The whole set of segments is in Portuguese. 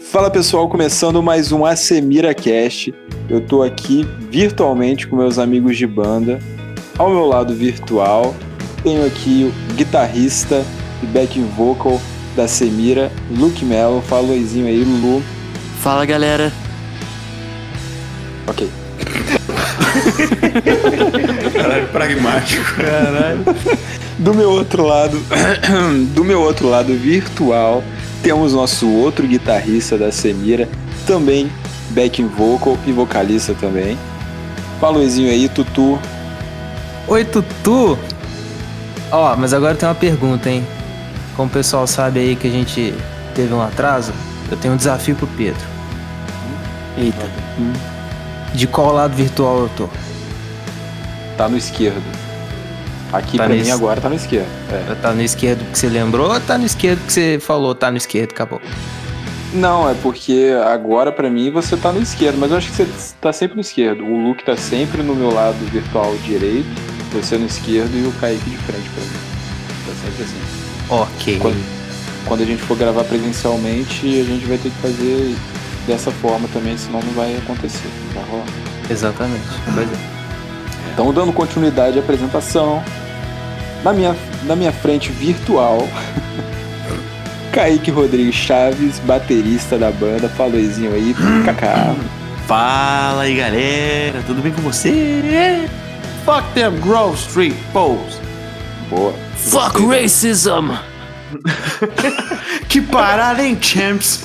Fala pessoal, começando mais um Asemira Cast. Eu tô aqui virtualmente com meus amigos de banda. Ao meu lado virtual, tenho aqui o guitarrista e backing vocal da Asemira, Luke Mello. Fala oizinho aí, Lu. Fala galera. Ok. Caralho, pragmático. Caralho. Do meu outro lado virtual, temos nosso outro guitarrista da Asemira, também backing vocal e vocalista também. Fala oizinho aí, Tutu. Oi, Tutu. Ó, mas agora tem uma pergunta, hein? Como o pessoal sabe aí que a gente teve um atraso, eu tenho um desafio pro Pedro. Eita. De qual lado virtual eu tô? Tá no esquerdo. Aqui Tá pra nesse- mim agora tá no esquerdo. É. Tá no esquerdo que você lembrou ou tá no esquerdo que você falou? Tá no esquerdo, acabou. Não, é porque agora pra mim você tá no esquerdo, mas eu acho que você tá sempre no esquerdo. O Luke tá sempre no meu lado virtual direito, você no esquerdo e o Kaique de frente pra mim. Tá sempre assim. Ok. Quando a gente for gravar presencialmente, a gente vai ter que fazer dessa forma também, senão não vai acontecer, não vai rolar. Exatamente. Pois é. Então, dando continuidade à apresentação, na minha frente virtual, Kaique Rodrigues Chaves, baterista da banda. Fala oizinho aí, Kaká. Fala aí, galera. Tudo bem com você? Fuck them Grove Street Bulls. Boa. Fuck racism! Que parada, hein, champs?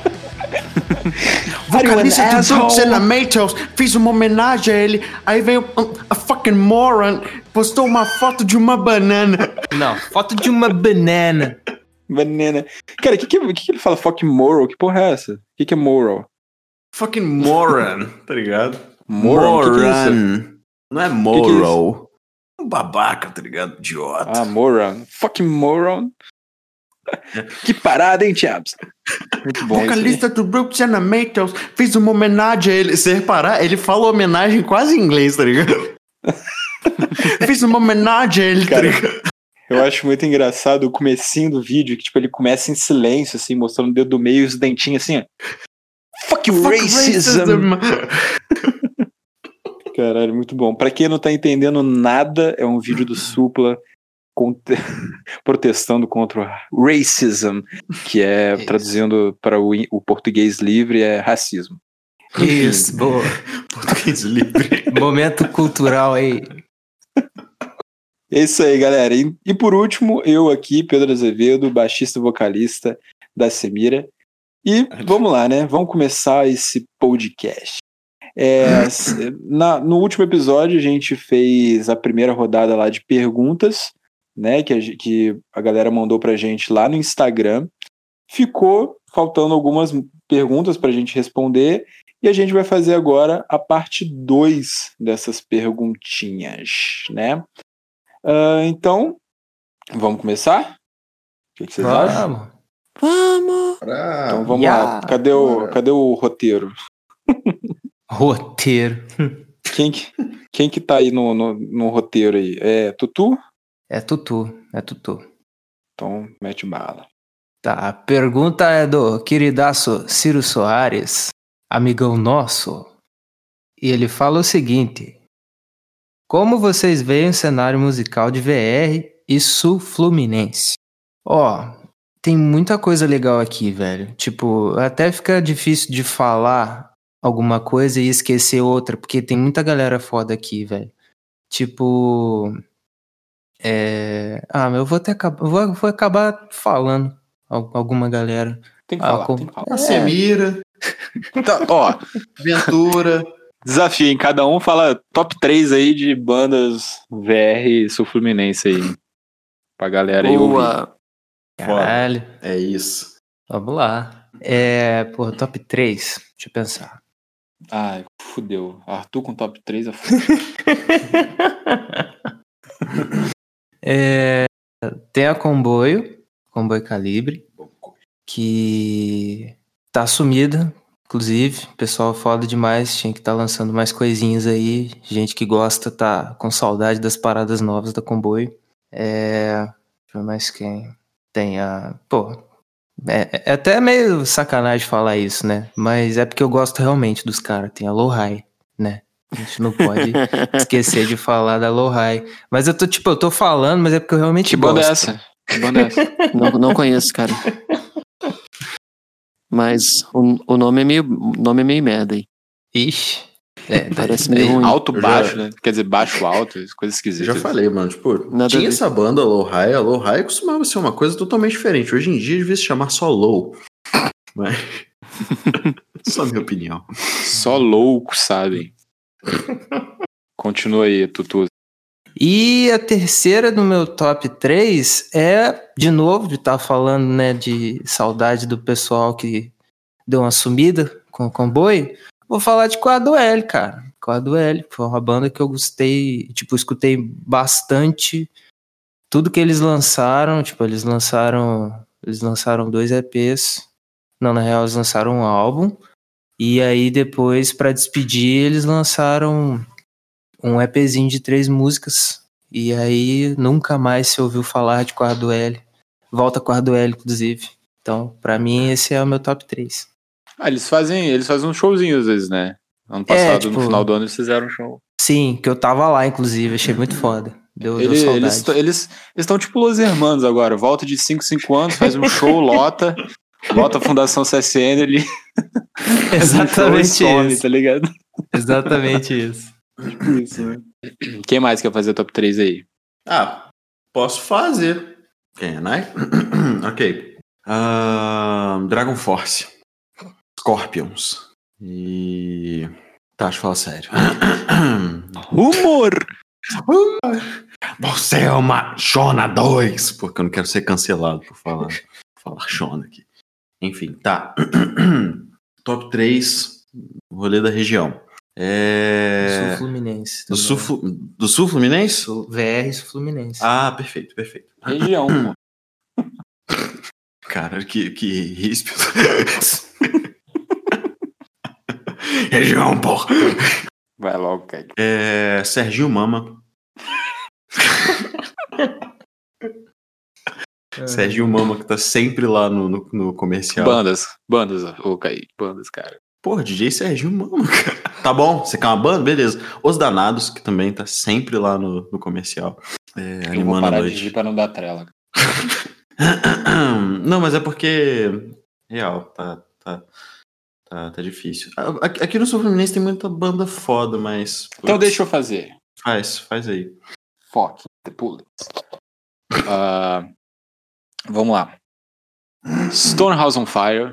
Vocalista de Brooks and Tomatoes. Fiz uma homenagem a ele. Aí veio a fucking moron. Postou uma foto de uma banana. Não, foto de uma banana. Banana. Cara, o que ele fala? Fucking moral? Que porra é essa? O que é moral? Fucking moron, tá ligado? Moron? Que é isso? Não é que é moral. Um babaca, tá ligado? Idiota. Ah, moron. Fucking moron. Que parada, hein, Chaps? Muito bom Vocalista do Brooks and Tomatoes. Fiz uma homenagem a ele. Se reparar, ele fala homenagem quase em inglês, tá ligado? Fiz uma homenagem a ele, tá Cara, ligado? eu acho muito engraçado o comecinho do vídeo, que tipo, ele começa em silêncio, assim, mostrando o dedo do meio e os dentinhos assim, ó. Fuck racism! Caralho, muito bom. Pra quem não tá entendendo nada, é um vídeo do Supla protestando contra o racism, que é, Isso. traduzindo para o português livre, é racismo. Isso, boa. Português livre. Momento cultural aí. É isso aí, galera. E por último, eu aqui, Pedro Azevedo, baixista e vocalista da Asemira. E vamos lá, né? Vamos começar esse podcast. No último episódio, a gente fez a primeira rodada lá de perguntas, né? Que a galera mandou pra gente lá no Instagram. Ficou faltando algumas perguntas pra gente responder. E a gente vai fazer agora a parte 2 dessas perguntinhas, né? Então, vamos começar? O que vocês acham? Vamos. Então vamos Yeah. lá. Cadê o roteiro? Roteiro. Quem que tá aí no roteiro aí? É Tutu? É Tutu. Então mete bala. Tá, a pergunta é do queridaço Ciro Soares, amigão nosso. E ele fala o seguinte: como vocês veem o cenário musical de VR e Sul Fluminense? Ó, tem muita coisa legal aqui, velho. Tipo, até fica difícil de falar alguma coisa e esquecer outra, porque tem muita galera foda aqui, velho. Tipo, mas eu vou acabar falando alguma galera. Tem que falar, com- tem que falar. Asemira, Então, ó, Ventura. desafio, hein? Cada um fala top 3 aí de bandas VR e Sul Fluminense aí. Pra galera aí ouvir. Boa. Caralho. É isso. Vamos lá. Top 3. Deixa eu pensar. Ai, fudeu. Arthur com top 3 é foda. Tem a Comboio Calibre, que tá sumida, inclusive. Pessoal foda demais, tinha que estar lançando mais coisinhas aí. Gente que gosta tá com saudade das paradas novas da Comboio. Deixa eu ver mais quem. Tem a... É até meio sacanagem falar isso, né? Mas é porque eu gosto realmente dos caras. Tem a Low-Hi, né? A gente não pode esquecer de falar da Low-Hi. Mas eu tô falando, mas é porque eu realmente Que gosto. banda é essa? Que banda é essa? Não conheço, cara. Mas o nome é meio merda aí. Ixi. Parece meio ruim. Alto, baixo, né? Quer dizer, baixo, alto, coisa esquisita. Eu já falei, mano, tipo, Nada a tinha ver. essa banda, a Low-Hi costumava ser uma coisa totalmente diferente. Hoje em dia devia se chamar só Low. Mas... só minha opinião. Só louco, sabem. Continua aí, Tutu. E a terceira do meu top 3 é, de novo, de estar falando, né, de saudade do pessoal que deu uma sumida com o comboio. Vou falar de Quadro-L, cara. Quadro-L foi uma banda que eu gostei, tipo, escutei bastante tudo que eles lançaram. Tipo, eles lançaram 2 EPs. Não, na real, eles lançaram um álbum. E aí, depois, pra despedir, eles lançaram um EPzinho de 3 músicas. E aí, nunca mais se ouviu falar de Quadro-L. Volta Quadro-L, inclusive. Então, pra mim, esse é o meu top 3. Eles fazem um showzinho às vezes, né? Ano passado, tipo, no final do ano, eles fizeram um show. Sim, que eu tava lá, inclusive. Achei muito foda. Deu saudade. Eles estão tipo Los Hermanos agora. Volta de 5 anos, faz um show, lota a Fundação CSN ali. Exatamente some, isso. tá ligado? Exatamente isso. Tipo isso, né? Quem mais quer fazer top 3 aí? Posso fazer. Quem é, Nai? Ok. Dragon Force. Scorpions. E... Tá, deixa eu falar sério. Humor! Você é uma Shona 2. Porque eu não quero ser cancelado por falar Shona aqui. Enfim, tá. Top 3. Rolê da região. Sul Fluminense. Do Sul Fluminense? VR Sul Fluminense. Ah, perfeito. Região, pô. Cara, que ríspido. Região, porra. Vai logo, cara. Serginho Mama. Serginho Mama, que tá sempre lá no comercial. Bandas, ô Kaique, bandas, cara. Porra, DJ Serginho Mama, cara. Tá bom, você quer uma banda? Beleza. Os Danados, que também tá sempre lá no comercial. Eu vou parar de rir pra não dar trela. Não, mas é porque... Real, tá difícil. Aqui no Sul Fluminense tem muita banda foda, mas... Então deixa eu fazer. Faz aí. Fuck the bullets. Vamos lá. Stonehouse on Fire.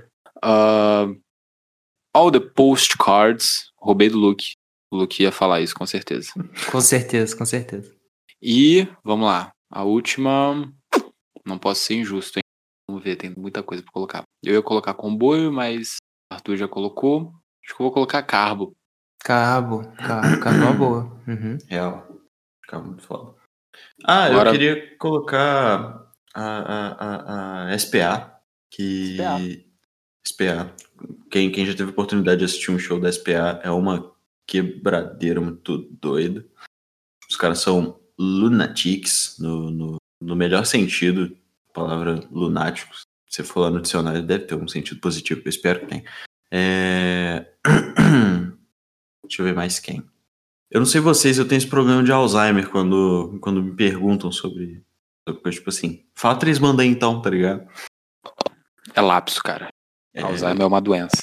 All the Postcards. Roubei do Luke. O Luke ia falar isso, com certeza. Com certeza. E, vamos lá. A última... Não posso ser injusto, hein? Vamos ver, tem muita coisa pra colocar. Eu ia colocar Comboio, mas o Arthur já colocou. Acho que eu vou colocar Carbo. Carbo é uma boa. Uhum. Real. Ficava muito foda. Agora... eu queria colocar a SPA. SPA. Quem já teve oportunidade de assistir um show da SPA é uma quebradeira muito doida. Os caras são lunatics, no melhor sentido, a palavra lunáticos. Se você for lá no dicionário, deve ter um sentido positivo, eu espero que tenha. Deixa eu ver mais quem. Eu não sei vocês, eu tenho esse problema de Alzheimer quando me perguntam sobre coisa, tipo assim, fala 3 bandas aí então, tá ligado? É lapso, cara. Alzheimer é uma doença.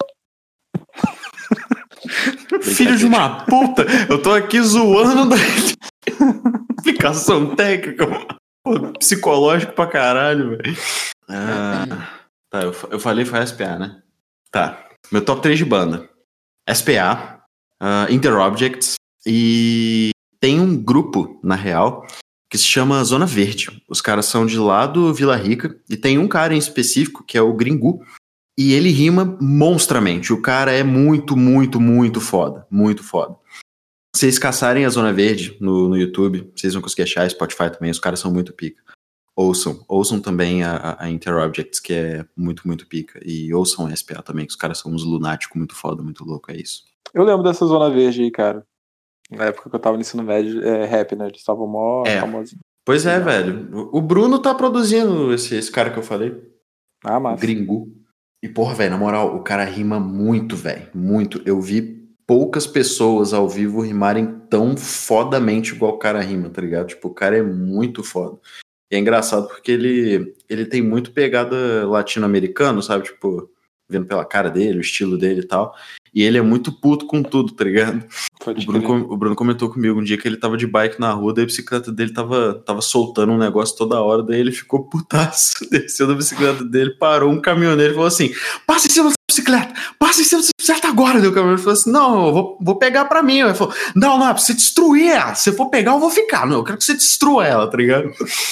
Filho de uma puta! Eu tô aqui zoando da explicação técnica, psicológico pra caralho, velho. Tá, eu falei foi SPA, né? Tá. Meu top 3 de banda. SPA, Interobjects e tem um grupo, na real, que se chama Zona Verde. Os caras são de lá do Vila Rica e tem um cara em específico, que é o Gringu, e ele rima monstramente. O cara é muito, muito, muito foda. Muito foda. Se vocês caçarem a Zona Verde no YouTube, vocês vão conseguir achar, Spotify também, os caras são muito pica. Ouçam também a Interobjects, que é muito, muito pica. E ouçam a SPA também, que os caras são uns lunáticos muito foda, muito louco, é isso. Eu lembro dessa Zona Verde aí, cara. Na época que eu tava no ensino médio, rap, né? Eles estavam mó famosinhos. Pois é, velho. O Bruno tá produzindo esse cara que eu falei. Ah, o massa. Gringo. E, porra, velho, na moral, o cara rima muito, velho. Muito. Eu vi poucas pessoas ao vivo rimarem tão fodamente igual o cara rima, tá ligado? Tipo, o cara é muito foda. E é engraçado porque ele tem muito pegada latino-americano, sabe? Tipo, vendo pela cara dele, o estilo dele e tal. E ele é muito puto com tudo, tá ligado? Pode O Bruno comentou comigo um dia que ele tava de bike na rua, daí a bicicleta dele tava soltando um negócio toda hora, daí ele ficou putaço, desceu da bicicleta dele, parou um caminhoneiro e falou assim, passa em cima dessa bicicleta, passa em cima dessa bicicleta agora. Daí o caminhoneiro falou assim, não, eu vou pegar pra mim. Ele falou, não, é pra você destruir ela, se você for pegar eu vou ficar, não, eu quero que você destrua ela, tá ligado?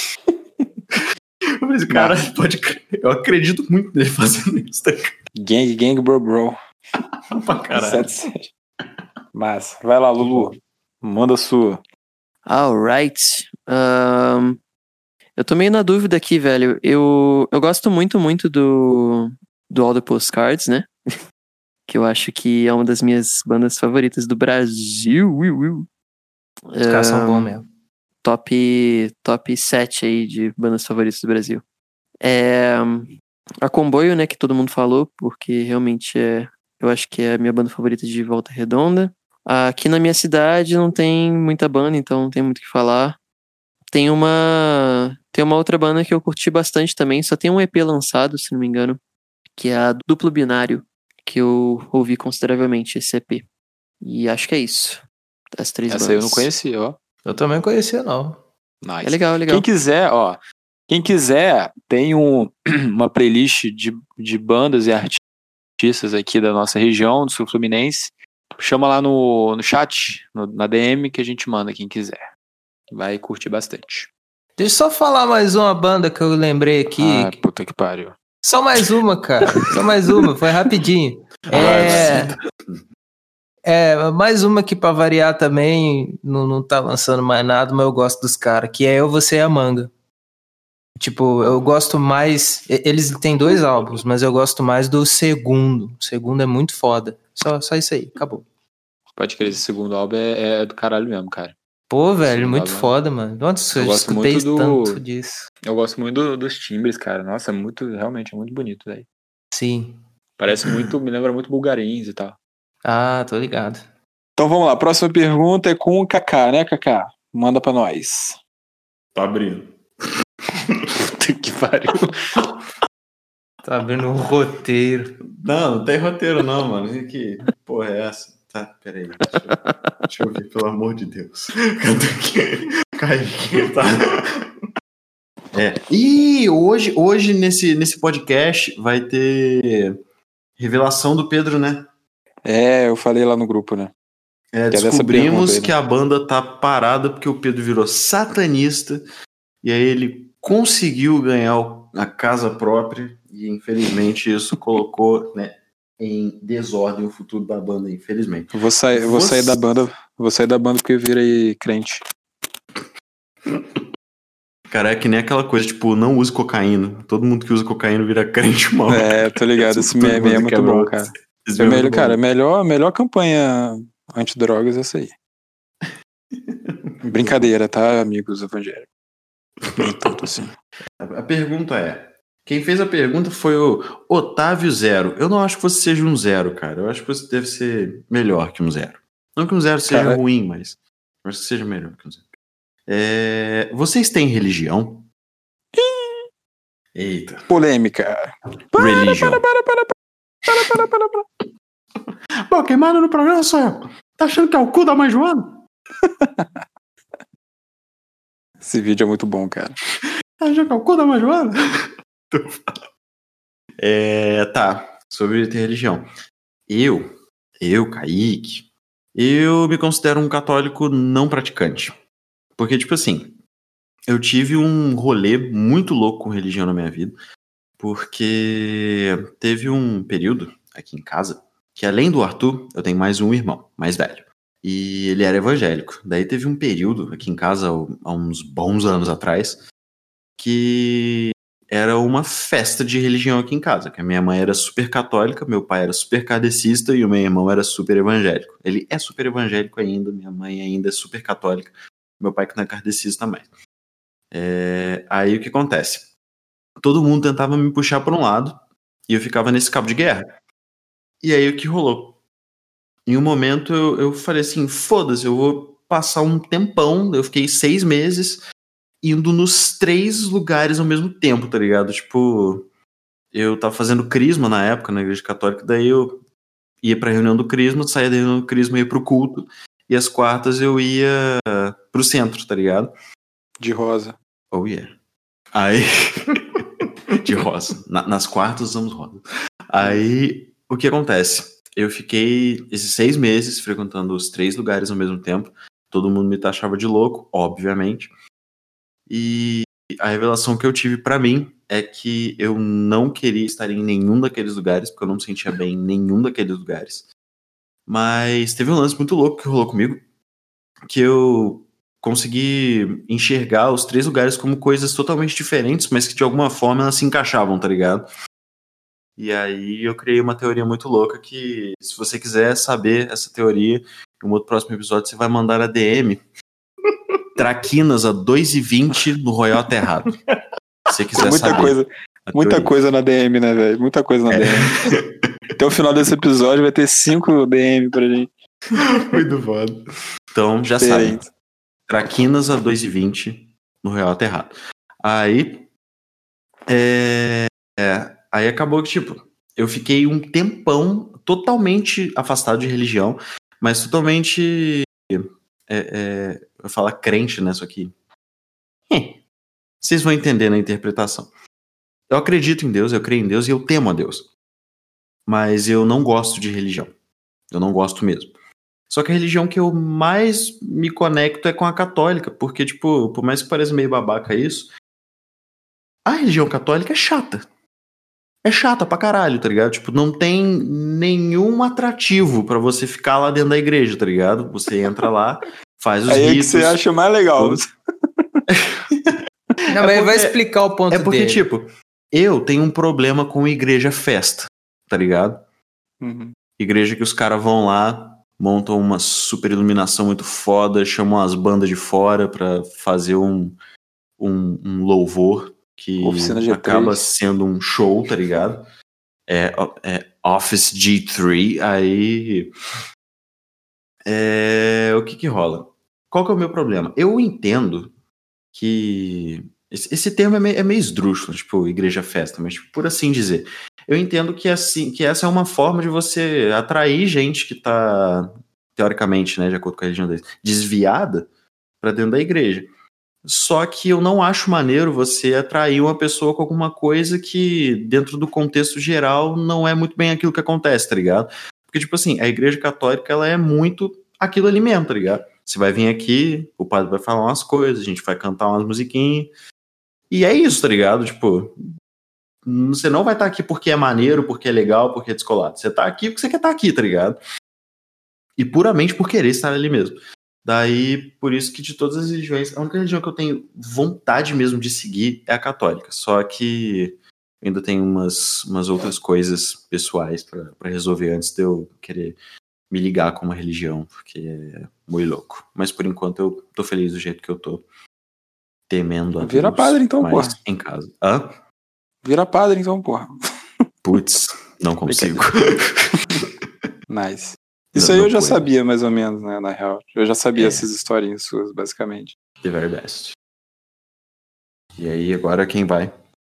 Eu falei, cara, pode crer, eu acredito muito nele fazendo isso, tá ligado? Gang, bro. Pra caralho. 7. Massa. Vai lá, Lulu. Manda a sua. Alright. Eu tô meio na dúvida aqui, velho. Eu gosto muito do All the Postcards, né? Que eu acho que é uma das minhas bandas favoritas do Brasil. Os caras são bons mesmo. Top 7 aí de bandas favoritas do Brasil. A Comboio, né, que todo mundo falou, porque realmente eu acho que é a minha banda favorita de Volta Redonda. Aqui na minha cidade não tem muita banda, então não tem muito o que falar. Tem uma outra banda que eu curti bastante também, só tem um EP lançado, se não me engano, que é a Duplo Binário, que eu ouvi consideravelmente esse EP. E acho que é isso. As 3 bandas. Essa aí eu não conhecia, ó. Eu também não conhecia, não. Nice. É legal. Quem quiser, tem uma playlist de bandas e artistas aqui da nossa região, do Sul Fluminense. Chama lá no chat, na DM, que a gente manda quem quiser. Vai curtir bastante. Deixa eu só falar mais uma banda que eu lembrei aqui. Ah, puta que pariu. Só mais uma, cara. Só mais uma, foi rapidinho. Mais uma que pra variar também, não tá lançando mais nada, mas eu gosto dos caras, que é Eu, Você e a Manga. Tipo, eu gosto mais... Eles têm 2 álbuns, mas eu gosto mais do segundo. O segundo é muito foda. Só isso aí, acabou. Pode crer, esse segundo álbum é do caralho mesmo, cara. Pô, velho, muito foda, mano. Nossa, eu escutei tanto disso. Eu gosto muito dos timbres, cara. Nossa, realmente é muito bonito, velho. Sim. Parece muito, me lembra muito Bulgarins e tal. Ah, tô ligado. Então vamos lá, próxima pergunta é com o Kaká, né, Kaká? Manda pra nós. Tá abrindo. Puta que pariu. Tá abrindo um roteiro. Não tem roteiro não, mano. Que porra é essa? Tá, peraí. Deixa eu ver, pelo amor de Deus. Cadê aqui? Cai aqui, tá? E hoje nesse podcast vai ter revelação do Pedro, né? Eu falei lá no grupo, né? Descobrimos que a banda tá parada porque o Pedro virou satanista e aí ele conseguiu ganhar a casa própria e infelizmente isso colocou, né, em desordem o futuro da banda, infelizmente. Vou sair da banda porque eu virei crente. Cara, é que nem aquela coisa, tipo, não use cocaína. Todo mundo que usa cocaína vira crente mal. Tô ligado, esse meme é muito bom, cara. Melhor campanha antidrogas é essa aí. Brincadeira, tá, amigos evangélicos? Nem tanto assim. A pergunta é, quem fez a pergunta foi o Otávio Zero. Eu não acho que você seja um zero, cara. Eu acho que você deve ser melhor que um zero. Não que um zero seja ruim, mas eu acho que seja melhor que um zero. Vocês têm religião? Eita. Polêmica. Religião. Pô, queimado no programa, só eu. Tá achando que é o cu da mãe Joana? Esse vídeo é muito bom, cara. Tá achando que é o cu da mãe Joana? Tá. Sobre ter religião. Eu, Kaique, eu me considero um católico não praticante. Porque, tipo assim, eu tive um rolê muito louco com religião na minha vida. Porque teve um período aqui em casa que, além do Arthur, eu tenho mais um irmão, mais velho. E ele era evangélico. Daí teve um período aqui em casa, há uns bons anos atrás, que era uma festa de religião aqui em casa. Que a minha mãe era super católica, meu pai era super kardecista e o meu irmão era super evangélico. Ele é super evangélico ainda, minha mãe ainda é super católica. Meu pai que não é kardecista também. Aí o que acontece? todo mundo tentava me puxar para um lado e eu ficava nesse cabo de guerra. E aí o que rolou? Em um momento eu falei assim, foda-se, eu vou passar um tempão, eu fiquei 6 meses indo nos 3 lugares ao mesmo tempo, tá ligado? Tipo, eu tava fazendo crisma na época na igreja católica, daí eu ia pra reunião do crisma, saía da reunião do crisma, ia pro culto, e às quartas eu ia pro centro, tá ligado? De rosa. Oh yeah. Aí, de rosa. Nas quartas usamos rosa. Aí, o que acontece? Eu fiquei esses 6 meses frequentando os 3 lugares ao mesmo tempo, todo mundo me taxava de louco, obviamente, e a revelação que eu tive pra mim é que eu não queria estar em nenhum daqueles lugares, porque eu não me sentia bem em nenhum daqueles lugares. Mas teve um lance muito louco que rolou comigo, que eu consegui enxergar os 3 lugares como coisas totalmente diferentes, mas que de alguma forma elas se encaixavam, tá ligado? E aí eu criei uma teoria muito louca que, se você quiser saber essa teoria, em um outro próximo episódio você vai mandar a DM Traquinas a 2,20 no Royal Aterrado. Se você quiser saber. Muita coisa na DM, né, velho? Muita coisa na DM. Até o final desse episódio vai ter 5 DM pra gente. Muito foda. Então, já sabe. Traquinas a 2,20 no Royal Aterrado. Aí, aí acabou que, tipo, eu fiquei um tempão totalmente afastado de religião, mas totalmente... eu falo crente, né? Só que... vocês vão entender na interpretação. Eu acredito em Deus, eu creio em Deus e eu temo a Deus. Mas eu não gosto de religião. Eu não gosto mesmo. Só que a religião que eu mais me conecto é com a católica, porque, tipo, por mais que pareça meio babaca isso, a religião católica é chata. É chata pra caralho, tá ligado? Tipo, não tem nenhum atrativo pra você ficar lá dentro da igreja, tá ligado? Você entra lá, faz os ritos... Aí é que você acha mais legal. Não, mas ele vai explicar o ponto dele. É porque, tipo, eu tenho um problema com igreja festa, tá ligado? Uhum. Igreja que os caras vão lá, montam uma super iluminação muito foda, chamam as bandas de fora pra fazer um louvor que acaba sendo um show, tá ligado? É Office G3, aí... o que rola? Qual que é o meu problema? Eu entendo que... Esse termo é meio esdrúxulo, tipo, igreja festa, mas tipo, por assim dizer. Eu entendo que essa é uma forma de você atrair gente que tá, teoricamente, né, de acordo com a religião deles, desviada pra dentro da igreja. Só que eu não acho maneiro você atrair uma pessoa com alguma coisa que, dentro do contexto geral, não é muito bem aquilo que acontece, tá ligado? Porque, tipo assim, a igreja católica, ela é muito aquilo ali mesmo, tá ligado? Você vai vir aqui, o padre vai falar umas coisas, a gente vai cantar umas musiquinhas, e é isso, tá ligado? Tipo, você não vai estar aqui porque é maneiro, porque é legal, porque é descolado. Você tá aqui porque você quer estar aqui, tá ligado? E puramente por querer estar ali mesmo. Daí, por isso que de todas as religiões, a única religião que eu tenho vontade mesmo de seguir é a católica. Só que ainda tem umas outras coisas pessoais pra resolver antes de eu querer me ligar com uma religião, porque é muito louco. Mas por enquanto eu tô feliz do jeito que eu tô, temendo a Deus. Vira padre então, porra. Em casa. Hã? Vira padre então, porra. Putz, não consigo. Nice. Isso aí eu já sabia, mais ou menos, né, na real. Eu já sabia essas historinhas suas, basicamente. The very best. E aí, agora quem vai?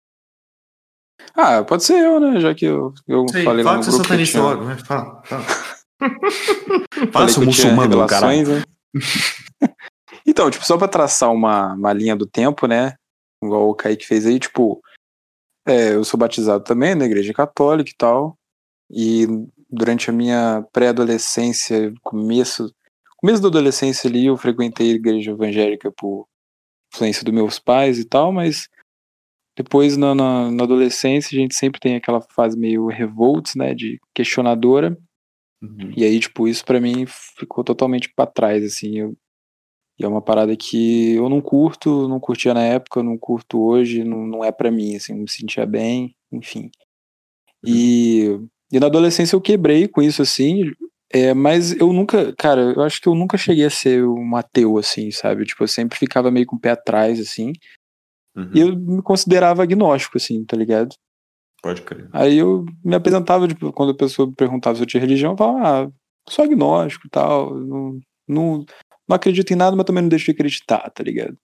Ah, pode ser eu, né, já que eu falei lá no grupo. Fala que você logo, né? Fala. Faça o muçulmano, caralho. Né? Então, tipo, só pra traçar uma linha do tempo, né, igual o Kaique fez aí, tipo, eu sou batizado também na igreja católica e tal, e durante a minha pré-adolescência, começo da adolescência ali, eu frequentei a igreja evangélica por influência dos meus pais e tal, mas depois na adolescência a gente sempre tem aquela fase meio revolts, né, de questionadora, e aí, tipo, isso pra mim ficou totalmente pra trás, assim, e é uma parada que eu não curtia na época, não curto hoje, não é pra mim, assim, não me sentia bem, enfim. E na adolescência eu quebrei com isso, assim, mas eu nunca, cara, eu acho que eu nunca cheguei a ser um ateu, assim, sabe? Tipo, eu sempre ficava meio com o pé atrás, assim, E eu me considerava agnóstico, assim, tá ligado? Pode crer. Aí eu me apresentava, tipo, quando a pessoa me perguntava se eu tinha religião, eu falava, sou agnóstico e tal, não acredito em nada, mas também não deixo de acreditar, tá ligado?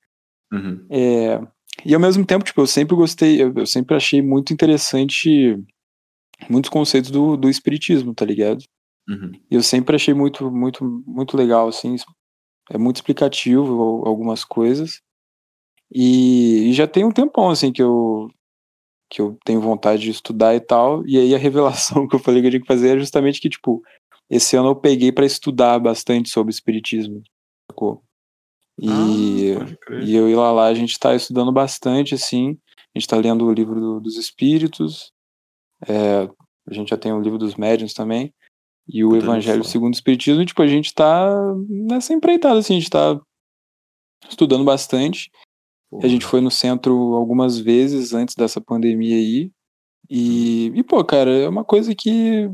E ao mesmo tempo, tipo, eu sempre gostei, eu sempre achei muito interessante muitos conceitos do espiritismo, tá ligado? E eu sempre achei muito, muito, muito legal, assim, é muito explicativo algumas coisas. E já tem um tempão, assim, que eu tenho vontade de estudar e tal, e aí a revelação que eu falei que eu tinha que fazer é justamente que, tipo, esse ano eu peguei pra estudar bastante sobre espiritismo, sacou? Pode crer. E eu e Lala, a gente tá estudando bastante, assim, a gente tá lendo o livro dos espíritos, a gente já tem o livro dos médiuns também, e o Evangelho segundo o Espiritismo, e, tipo, a gente tá nessa empreitada, assim, a gente tá estudando bastante. A gente foi no centro algumas vezes antes dessa pandemia aí. E pô, cara, é uma coisa que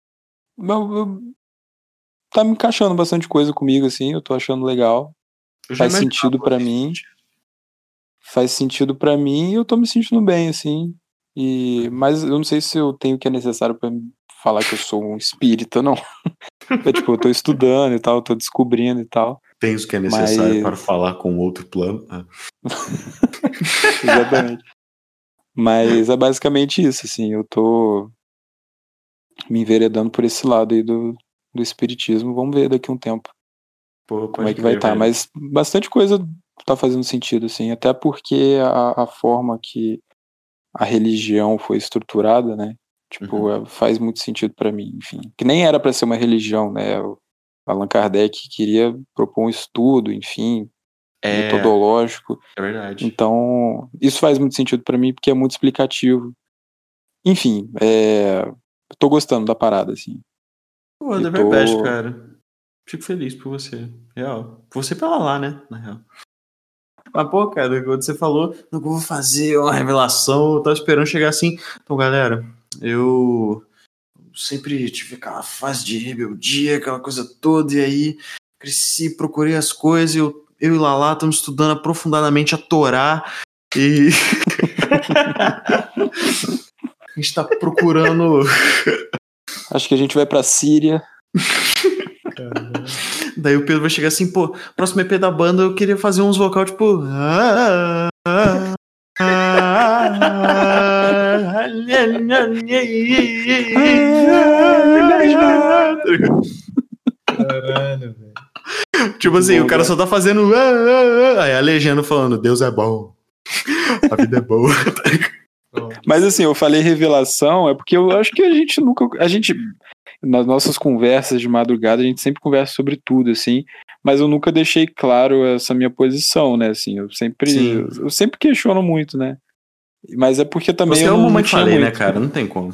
tá me encaixando bastante coisa comigo, assim, eu tô achando legal. Faz sentido pra mim. Faz sentido pra mim e eu tô me sentindo bem, assim. Mas eu não sei se eu tenho o que é necessário pra falar que eu sou um espírita, não. Tipo, eu tô estudando e tal, tô descobrindo e tal. Tens o que é necessário para falar com outro plano. Exatamente. Mas é basicamente isso, assim, eu tô me enveredando por esse lado aí do espiritismo. Vamos ver daqui a um tempo como é que vai estar. Mas bastante coisa tá fazendo sentido, assim, até porque a forma que a religião foi estruturada, né, tipo, faz muito sentido pra mim, enfim. Que nem era pra ser uma religião, né, o Allan Kardec queria propor um estudo, enfim, metodológico. É verdade. Então, isso faz muito sentido pra mim porque é muito explicativo. Enfim, tô gostando da parada, assim. Pô, é verdade, cara. Fico feliz por você. Real. Por você pela lá, né? Na real. Mas, pô, cara, quando você falou, eu vou fazer uma revelação, eu tava esperando chegar assim. Então, galera, eu sempre tive aquela fase de rebeldia, aquela coisa toda, e aí cresci, procurei as coisas, eu e Lala estamos estudando aprofundadamente a Torá, e a gente tá procurando... Acho que a gente vai pra Síria. Daí o Pedro vai chegar assim, pô, próximo EP da banda eu queria fazer uns vocal tipo... Caralho, velho. Tipo assim, o cara só tá fazendo... Aí a legenda falando, Deus é bom. A vida é boa. Mas assim, eu falei revelação, é porque eu acho que a gente nunca... nas nossas conversas de madrugada, a gente sempre conversa sobre tudo, assim, mas eu nunca deixei claro essa minha posição, né, assim, eu sempre questiono muito, né, mas é porque também você eu é o não mamãe tinha falei, muito. né, cara, não tem como.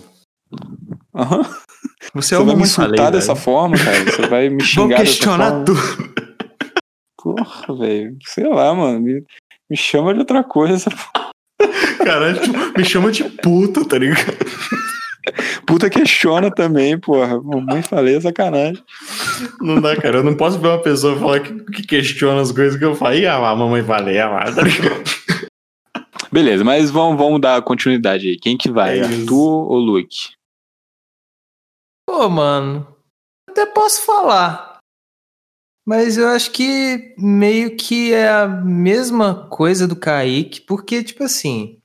Você vai me insultar dessa forma, cara, você vai me xingar dessa forma. Vou questionar tudo. Porra, velho, sei lá, mano, me chama de outra coisa. Caralho, tipo, me chama de puta, tá ligado? Puta questiona também, porra. Mamãe falei, é sacanagem. Não dá, cara. Eu não posso ver uma pessoa falar que questiona as coisas que eu falei. A mamãe falei, tá ligado? Beleza, mas vamos dar continuidade aí. Quem que vai? Arthur ou Luke? Pô, mano, até posso falar. Mas eu acho que meio que é a mesma coisa do Kaique, porque, tipo assim,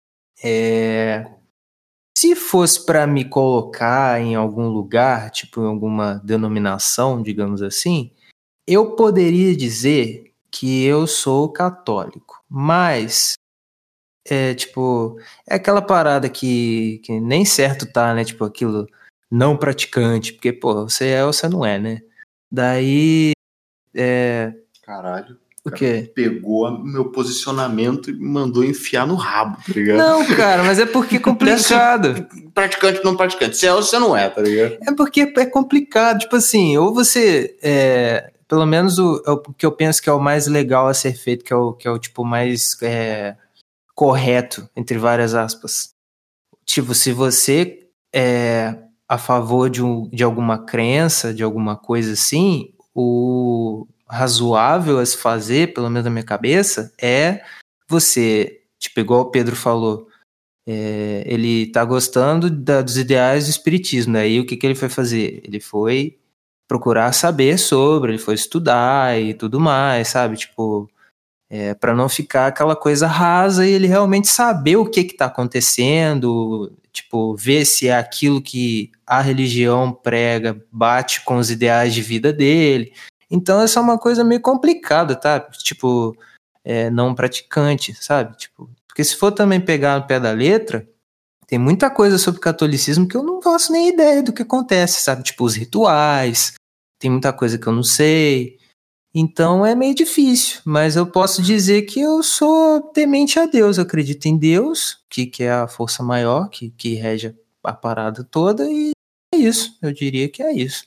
se fosse pra me colocar em algum lugar, tipo em alguma denominação, digamos assim, eu poderia dizer que eu sou católico, mas é aquela parada que nem certo tá, né? Tipo, aquilo não praticante, porque, pô, você é ou você não é, né? Daí, Caralho. O quê? Pegou meu posicionamento e me mandou enfiar no rabo, tá ligado? Não, cara, mas é porque é complicado. Praticante, não praticante. Você é ou você não é, tá ligado? É porque é complicado, tipo assim, ou você, pelo menos o que eu penso que é o mais legal a ser feito, que é o tipo mais correto, entre várias aspas. Tipo, se você é a favor de alguma crença, de alguma coisa assim, o razoável a se fazer, pelo menos na minha cabeça, é você Tipo, igual o Pedro falou, ele tá gostando dos ideais do espiritismo, né? E o que ele foi fazer? Ele foi procurar saber sobre, ele foi estudar e tudo mais, sabe? Tipo, para não ficar aquela coisa rasa e ele realmente saber o que tá acontecendo, tipo, ver se é aquilo que a religião prega bate com os ideais de vida dele. Então essa é uma coisa meio complicada, tá? Tipo, não praticante, sabe? Tipo, porque se for também pegar no pé da letra, tem muita coisa sobre catolicismo que eu não faço nem ideia do que acontece, sabe? Tipo, os rituais, tem muita coisa que eu não sei. Então é meio difícil, mas eu posso dizer que eu sou temente a Deus, eu acredito em Deus, que é a força maior, que rege a parada toda, e é isso, eu diria que é isso.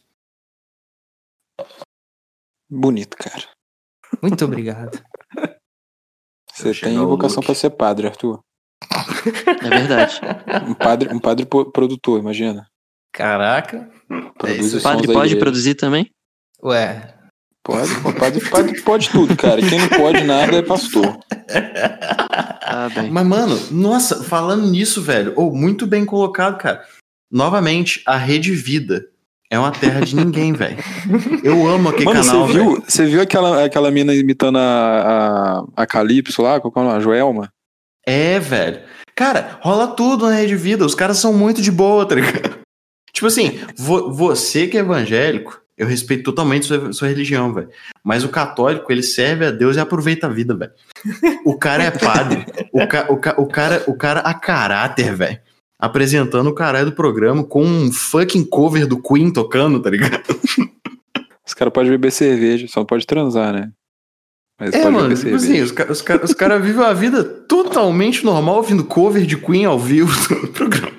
Bonito, cara. Muito obrigado. Você tem vocação pra ser padre, Arthur. É verdade. Um padre produtor, imagina. Caraca. Produz os Padre sons da pode igreja. produzir também? Ué. Pode, padre pode tudo, cara. Quem não pode nada é pastor. Ah, bem. Mas, mano, nossa, falando nisso, velho, muito bem colocado, cara. Novamente, a Rede Vida é uma terra de ninguém, velho. Eu amo aquele canal, velho. Você viu aquela mina imitando a Calypso lá? Qual que é o nome? A Joelma? É, velho. Cara, rola tudo na Rede Vida. Os caras são muito de boa, tá ligado? Tipo assim, você que é evangélico, eu respeito totalmente sua religião, velho. Mas o católico, ele serve a Deus e aproveita a vida, velho. O cara é padre. O cara a caráter, velho. Apresentando o caralho do programa com um fucking cover do Queen tocando, tá ligado? Os caras podem beber cerveja, só não pode transar, né? Mas pode mano, beber tipo cerveja. assim, os caras vivem a vida totalmente normal ouvindo cover de Queen ao vivo no programa.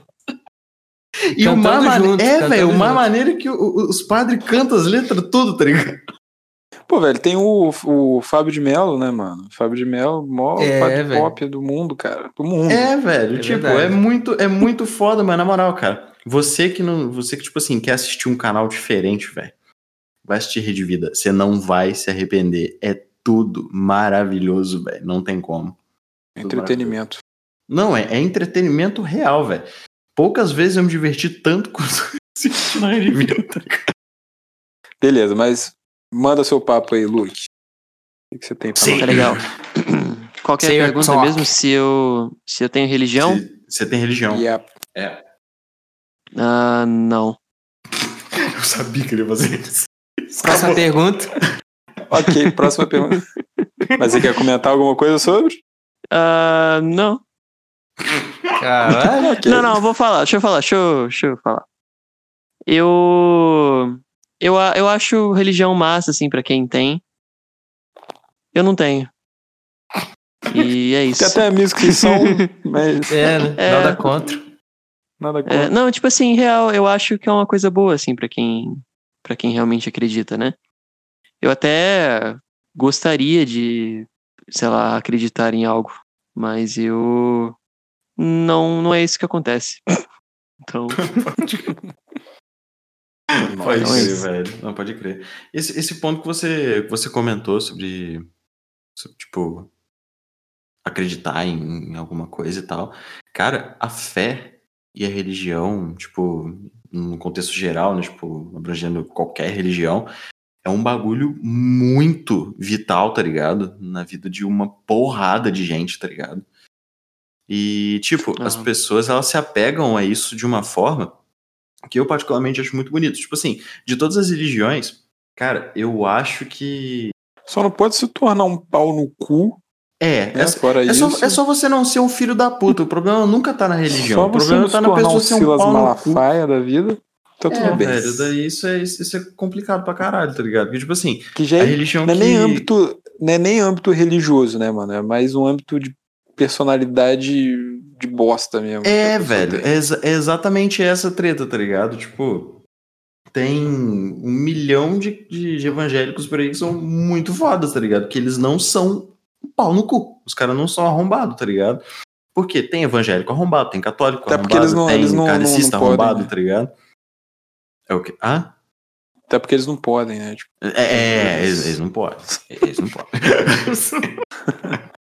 E o mais maneiro é que os padres cantam as letras tudo, tá ligado? Pô, velho, tem o Fábio de Mello, né, mano? Fábio de Mello, maior padre pop do mundo, cara. Do mundo. É, velho, tipo, verdade. é muito foda, mas na moral, cara, você que, tipo assim, quer assistir um canal diferente, velho, vai assistir Rede Vida, você não vai se arrepender. É tudo maravilhoso, velho, não tem como. Entretenimento. Não, é entretenimento real, velho. Poucas vezes eu me diverti tanto quanto assistindo a Rede Vida, tá ligado? Beleza, mas manda seu papo aí, Luke. O que você tem pra Tá nós? legal. Qual que é a pergunta mesmo? Se eu tenho religião? Você tem religião. Yep. É. Ah, não. Eu sabia que ele ia fazer isso. Próxima pergunta. Ok, próxima pergunta. Mas você quer comentar alguma coisa sobre? Ah, não. Caralho. Ok. Não, vou falar. Deixa eu falar. Eu acho religião massa, assim, pra quem tem. Eu não tenho. E é isso. Tem até amigos que são, mas Né? Nada contra. nada contra. Não, tipo assim, real, eu acho que é uma coisa boa, assim, pra quem realmente acredita, né? Eu até gostaria de, sei lá, acreditar em algo, mas eu não é isso que acontece. Então, Pode Então é crer, isso. velho. Não, pode crer. Esse ponto que você comentou sobre, tipo, acreditar em alguma coisa e tal. Cara, a fé e a religião, tipo, num contexto geral, né, tipo, abrangendo qualquer religião, é um bagulho muito vital, tá ligado? Na vida de uma porrada de gente, tá ligado? E, tipo, as Aham. pessoas, elas se apegam a isso de uma forma que eu particularmente acho muito bonito. Tipo assim, de todas as religiões, cara, eu acho que... Só não pode se tornar um pau no cu. Fora isso. É só você não ser um filho da puta. O problema nunca tá na religião. Só O você problema não tá se na tornar pessoa um ser um Silas pau no cu. Malafaia da vida. Tá tudo bem. Velho, daí isso é complicado pra caralho, tá ligado? Porque, tipo assim, Que já a religião não é que... nem âmbito religioso, né, mano? É mais um âmbito de personalidade de bosta mesmo. É, que a pessoa velho, tem. é exatamente essa treta, tá ligado? Tipo, tem 1 milhão de evangélicos por aí que são muito fodas, tá ligado? Que eles não são um pau no cu. Os caras não são arrombados, tá ligado? Porque tem evangélico arrombado, tem católico Até porque arrombado, eles não kardecista podem, arrombado, né? tá ligado? É o quê? Ah? Até porque eles não podem, né? Tipo, Eles não podem. Eles não podem.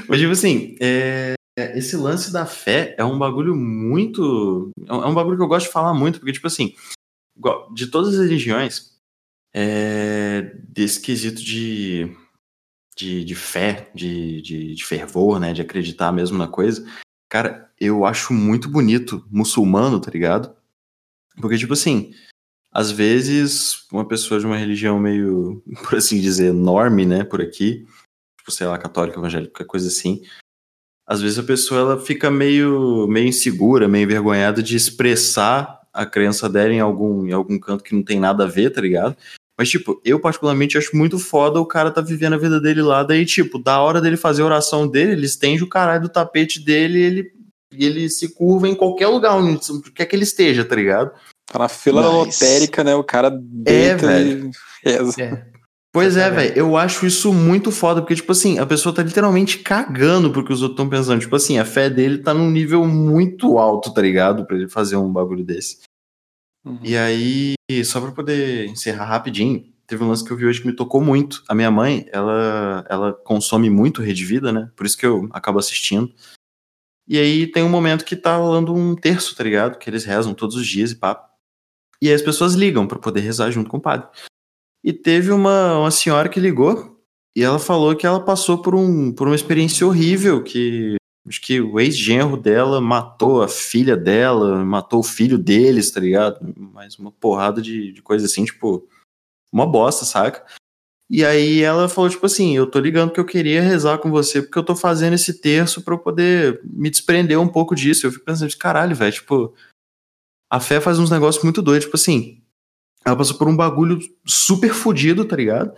Mas, tipo assim, esse lance da fé é um bagulho muito... É um bagulho que eu gosto de falar muito, porque, tipo assim, de todas as religiões, desse quesito de fé, de fervor, né, de acreditar mesmo na coisa, cara, eu acho muito bonito muçulmano, tá ligado? Porque, tipo assim, às vezes uma pessoa de uma religião meio, por assim dizer, norme, né, por aqui, tipo, sei lá, católica, evangélica, qualquer coisa assim, às vezes a pessoa ela fica meio insegura, meio envergonhada de expressar a crença dela em algum canto que não tem nada a ver, tá ligado? Mas, tipo, eu particularmente acho muito foda o cara tá vivendo a vida dele lá, daí, tipo, da hora dele fazer a oração dele, ele estende o caralho do tapete dele e ele se curva em qualquer lugar onde quer que ele esteja, tá ligado? Tá na fila lotérica, né? O cara deita velho. E reza. Pois velho, eu acho isso muito foda, porque, tipo assim, a pessoa tá literalmente cagando pro que os outros estão pensando. Tipo assim, a fé dele tá num nível muito alto, tá ligado? Pra ele fazer um bagulho desse. Uhum. E aí, só pra poder encerrar rapidinho, teve um lance que eu vi hoje que me tocou muito. A minha mãe, ela consome muito Rede Vida, né? Por isso que eu acabo assistindo. E aí tem um momento que tá rolando um terço, tá ligado? Que eles rezam todos os dias e pá. E aí as pessoas ligam pra poder rezar junto com o padre. E teve uma senhora que ligou e ela falou que ela passou por uma experiência horrível, que acho que o ex-genro dela matou a filha dela, matou o filho deles, tá ligado? Mais uma porrada de coisa assim, tipo, uma bosta, saca? E aí ela falou, tipo assim, eu tô ligando porque eu queria rezar com você, porque eu tô fazendo esse terço pra eu poder me desprender um pouco disso. Eu fico pensando, caralho, velho, tipo, a fé faz uns negócios muito doidos, tipo assim, ela passou por um bagulho super fodido, tá ligado?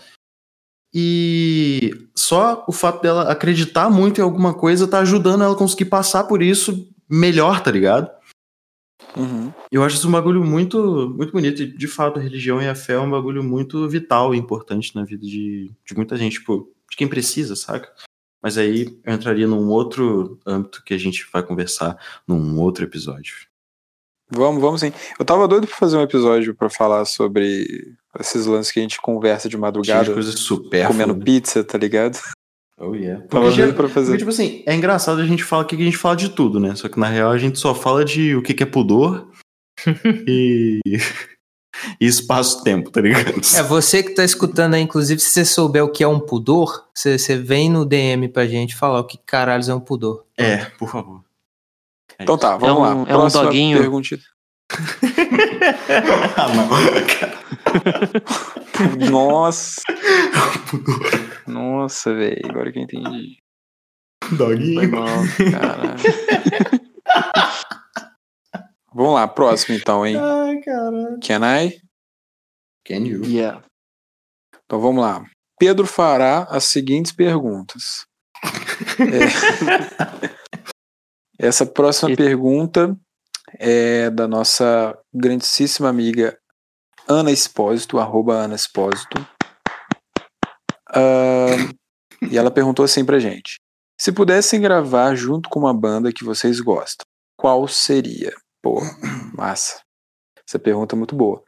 E só o fato dela acreditar muito em alguma coisa tá ajudando ela a conseguir passar por isso melhor, tá ligado? Uhum. Eu acho isso um bagulho muito, muito bonito. E, de fato, a religião e a fé é um bagulho muito vital e importante na vida de muita gente, tipo, de quem precisa, saca? Mas aí eu entraria num outro âmbito que a gente vai conversar num outro episódio. Vamos sim. Eu tava doido pra fazer um episódio pra falar sobre esses lances que a gente conversa de madrugada. Coisa super comendo pizza, tá ligado? Oh, yeah. Tava doido pra fazer. Porque, tipo assim, é engraçado a gente fala que a gente fala de tudo, né? Só que na real a gente só fala de o que é pudor e espaço-tempo, tá ligado? Você que tá escutando aí, inclusive, se você souber o que é um pudor, você vem no DM pra gente falar o que caralho é um pudor. Por favor. Então tá, vamos lá. Próxima doguinho. Pergunta. Nossa. Nossa, velho. Agora que eu entendi. Doguinho. Foi mal, caralho. Vamos lá, próximo então, hein? Ai, caralho. Can I? Can you? Yeah. Então vamos lá. Pedro fará as seguintes perguntas. Essa próxima pergunta é da nossa grandíssima amiga Ana Espósito, @AnaEspósito. E ela perguntou assim pra gente: se pudessem gravar junto com uma banda que vocês gostam, qual seria? Pô, massa. Essa pergunta é muito boa.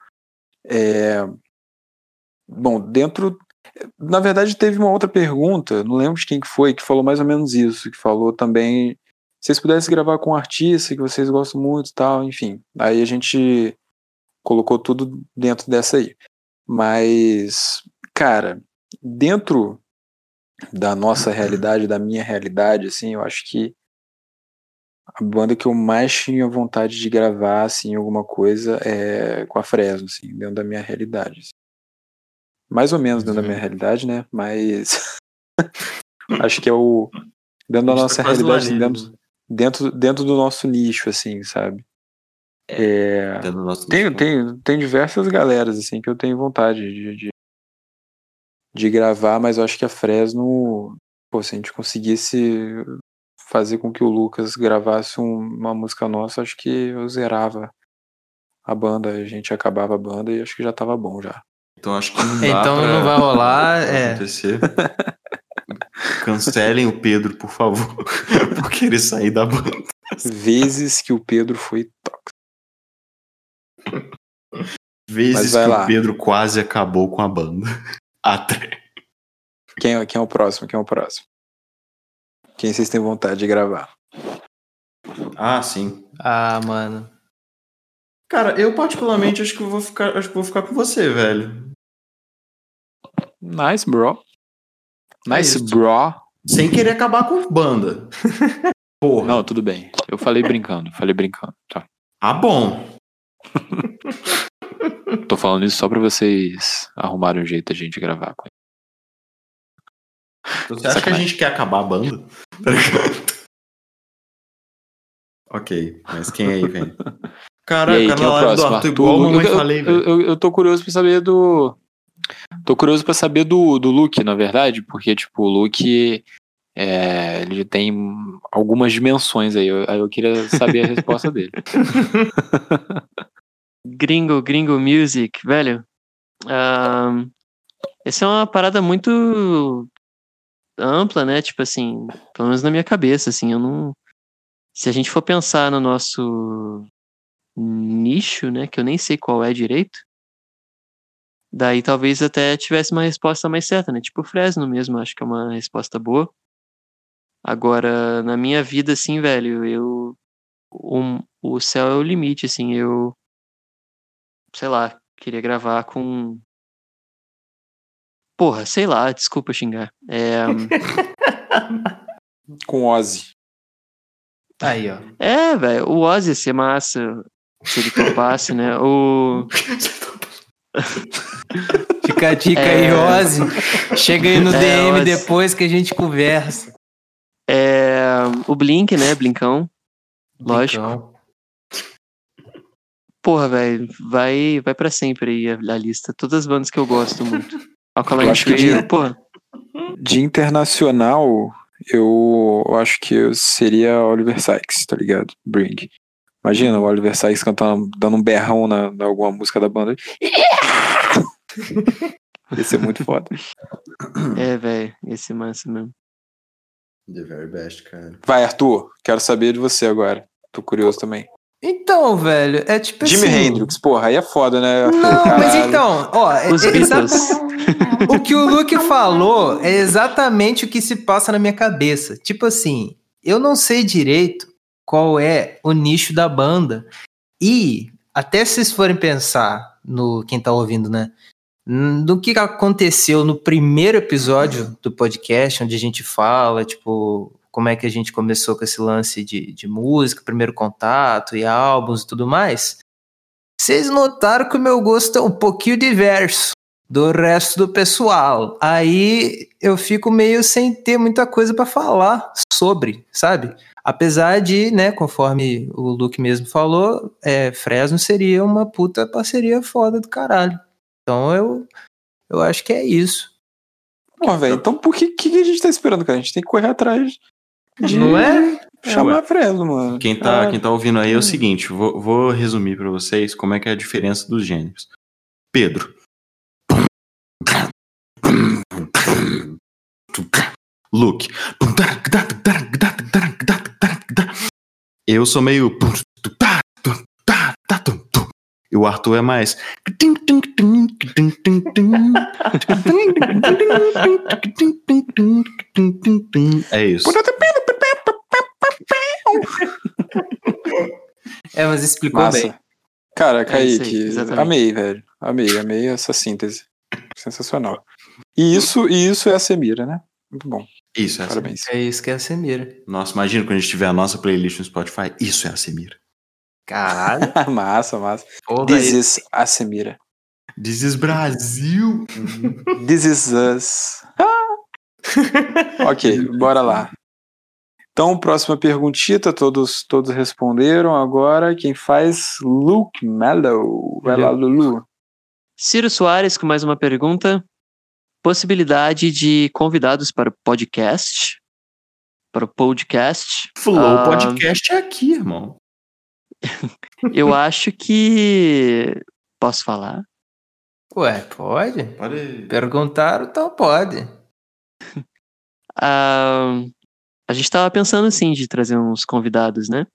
Bom, na verdade teve uma outra pergunta, não lembro de quem que foi, que falou mais ou menos isso, que falou também, se vocês pudessem gravar com um artista que vocês gostam muito e tal, enfim. Aí a gente colocou tudo dentro dessa aí. Mas, cara, dentro da nossa realidade, da minha realidade, assim, eu acho que a banda que eu mais tinha vontade de gravar, assim, alguma coisa é com a Fresno, assim, dentro da minha realidade. Assim. Mais ou menos dentro da minha realidade, né? Mas acho que é o dentro da nossa realidade, assim, dentro do nosso nicho, assim, sabe? Tem diversas galeras, assim, que eu tenho vontade de gravar, mas eu acho que a Fresno, pô, se a gente conseguisse fazer com que o Lucas gravasse uma música nossa, acho que eu zerava a banda, a gente acabava a banda e acho que já tava bom já. Então acho que não dá não vai rolar, acontecer. Cancelem o Pedro, por favor, por querer sair da banda. Vezes que o Pedro foi tóxico. Vezes que o Pedro quase acabou com a banda. Até. Quem é o próximo? Quem vocês têm vontade de gravar? Ah, sim. Ah, mano. Cara, eu particularmente acho que eu vou ficar com você, velho. Nice, bro. Nice, isso. bro. Sem querer acabar com banda. Porra. Não, tudo bem. Eu falei brincando, tá? Ah, bom. Tô falando isso só pra vocês arrumarem um jeito de a gente gravar com ele. Você acha que a gente quer acabar a banda? Tá ligado? Ok, mas quem aí, velho? Caraca, Quem é o próximo? Arthur, igual a mamãe falei, velho. Eu tô curioso pra saber do... Tô curioso pra saber do Luke, na verdade, porque, tipo, o Luke... ele tem algumas dimensões aí. Aí eu queria saber a resposta dele. Gringo Music, velho. Essa é uma parada muito ampla, né? Tipo assim, pelo menos na minha cabeça, assim, eu não... Se a gente for pensar no nosso nicho, né? Que eu nem sei qual é direito. Daí talvez até tivesse uma resposta mais certa, né? Tipo o Fresno mesmo, acho que é uma resposta boa. Agora, na minha vida, assim, velho, o céu é o limite, assim, sei lá, queria gravar com... Porra, sei lá, desculpa xingar. Com Ozzy. Aí, ó. Velho, o Ozzy ia ser massa, se ele topasse, né? Fica a dica aí, Ozzy. Chega aí no DM Ozzy. depois que a gente conversa. O Blink, né? Blinkão. Lógico. Blinkão. Porra, velho, vai pra sempre aí a lista. Todas as bandas que eu gosto muito. Alkaline Eu acho que Trio, porra. De internacional, eu acho que eu seria Oliver Sykes, tá ligado? Bring. Imagina o Oliver Sykes cantando, dando um berrão na alguma música da banda. Ia ser muito foda. Velho, esse massa mesmo. The very best, cara. Vai, Arthur, quero saber de você agora. Tô curioso também. Então, velho, é tipo Jimi assim... Hendrix, porra, aí é foda, né, Arthur? Não, Caralho. mas então, ó... Os Beatles. O que o Luke falou é exatamente o que se passa na minha cabeça. Tipo assim, eu não sei direito qual é o nicho da banda. E, até se vocês forem pensar no... Quem tá ouvindo, né? Do que aconteceu no primeiro episódio do podcast, onde a gente fala, tipo... Como é que a gente começou com esse lance de música, primeiro contato e álbuns e tudo mais. Vocês notaram que o meu gosto é um pouquinho diverso do resto do pessoal. Aí eu fico meio sem ter muita coisa pra falar sobre, sabe? Apesar de, né, conforme o Luke mesmo falou, Fresno seria uma puta parceria foda do caralho. Então eu acho que é isso. Pô, velho, então por que a gente tá esperando, cara? A gente tem que correr atrás de Não é? chamar Fresno, mano. Quem tá ouvindo aí é o seguinte, vou resumir pra vocês como é que é a diferença dos gêneros. Pedro. Luke. Eu sou meio... E o Arthur é mais... É isso. Mas explicou Massa. bem. Cara, isso aí, Kaique, exatamente. amei, velho. Amei essa síntese. Sensacional. E isso é a Semira, né? Muito bom. Isso é a Parabéns. É isso que é a Semira. Nossa, imagina quando a gente tiver a nossa playlist no Spotify. Isso é a Semira. Caralho. Massa. Porra, This is a Semira. This is Brasil. This is us. Ok, bora lá. Então, próxima perguntita, todos responderam. Agora, quem faz? Luke Mellow. Vai lá, Lulu. Ciro Soares com mais uma pergunta. Possibilidade de convidados para o podcast? Para o podcast? Flow Podcast é aqui, irmão. Eu acho que... Posso falar? Ué, pode? Pode. Perguntaram, então pode. A gente tava pensando, sim, de trazer uns convidados, né?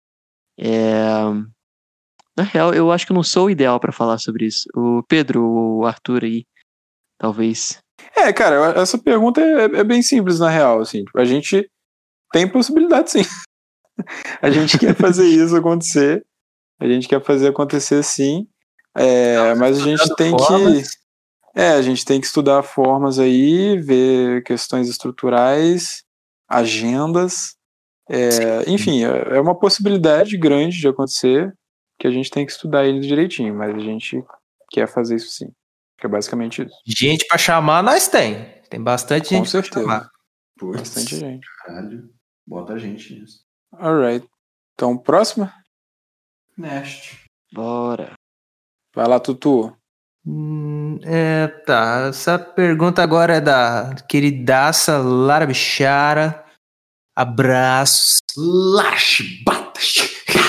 Na real, eu acho que eu não sou o ideal pra falar sobre isso. O Pedro, o Arthur aí, talvez. Cara, essa pergunta é bem simples, na real. Assim, a gente tem possibilidade sim. A gente quer fazer isso acontecer. A gente quer fazer acontecer sim. Mas a gente tem a gente tem que estudar formas aí, ver questões estruturais, agendas. Enfim, é uma possibilidade grande de acontecer que a gente tem que estudar ele direitinho, mas a gente quer fazer isso sim. Que é basicamente isso. Gente pra chamar, nós tem. Tem bastante Com gente certeza. pra chamar. Putz, Bastante gente. Caralho, bota a gente nisso. Alright. Então, próxima? Neste. Bora. Vai lá, Tutu. Tá. Essa pergunta agora é da queridaça Lara Bichara. Abraços. Lashbatas.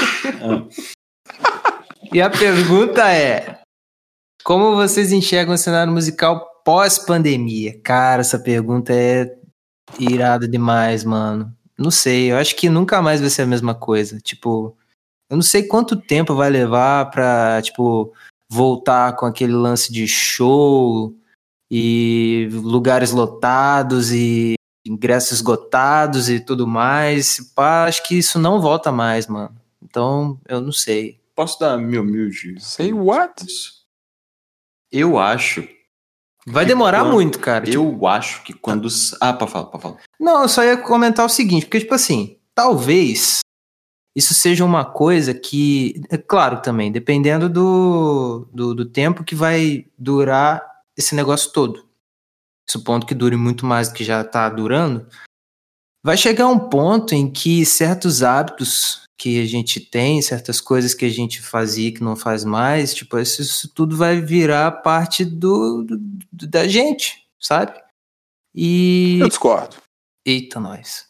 E a pergunta é: como vocês enxergam o cenário musical pós-pandemia? Cara, essa pergunta é irada demais, mano. Não sei, eu acho que nunca mais vai ser a mesma coisa. Tipo, eu não sei quanto tempo vai levar pra, tipo, voltar com aquele lance de show e lugares lotados e ingressos esgotados e tudo mais. Pá, acho que isso não volta mais, mano. Então, eu não sei. Posso dar meu humilde? Say what? Eu acho. Vai demorar muito, cara. Eu acho que quando. Pra falar. Não, eu só ia comentar o seguinte, porque, tipo assim, talvez isso seja uma coisa que, é claro também, dependendo do tempo que vai durar esse negócio todo. Supondo que dure muito mais do que já tá durando, vai chegar um ponto em que certos hábitos que a gente tem, certas coisas que a gente fazia que não faz mais, tipo, isso tudo vai virar parte da gente, sabe? E... Eu discordo. Eita, nós.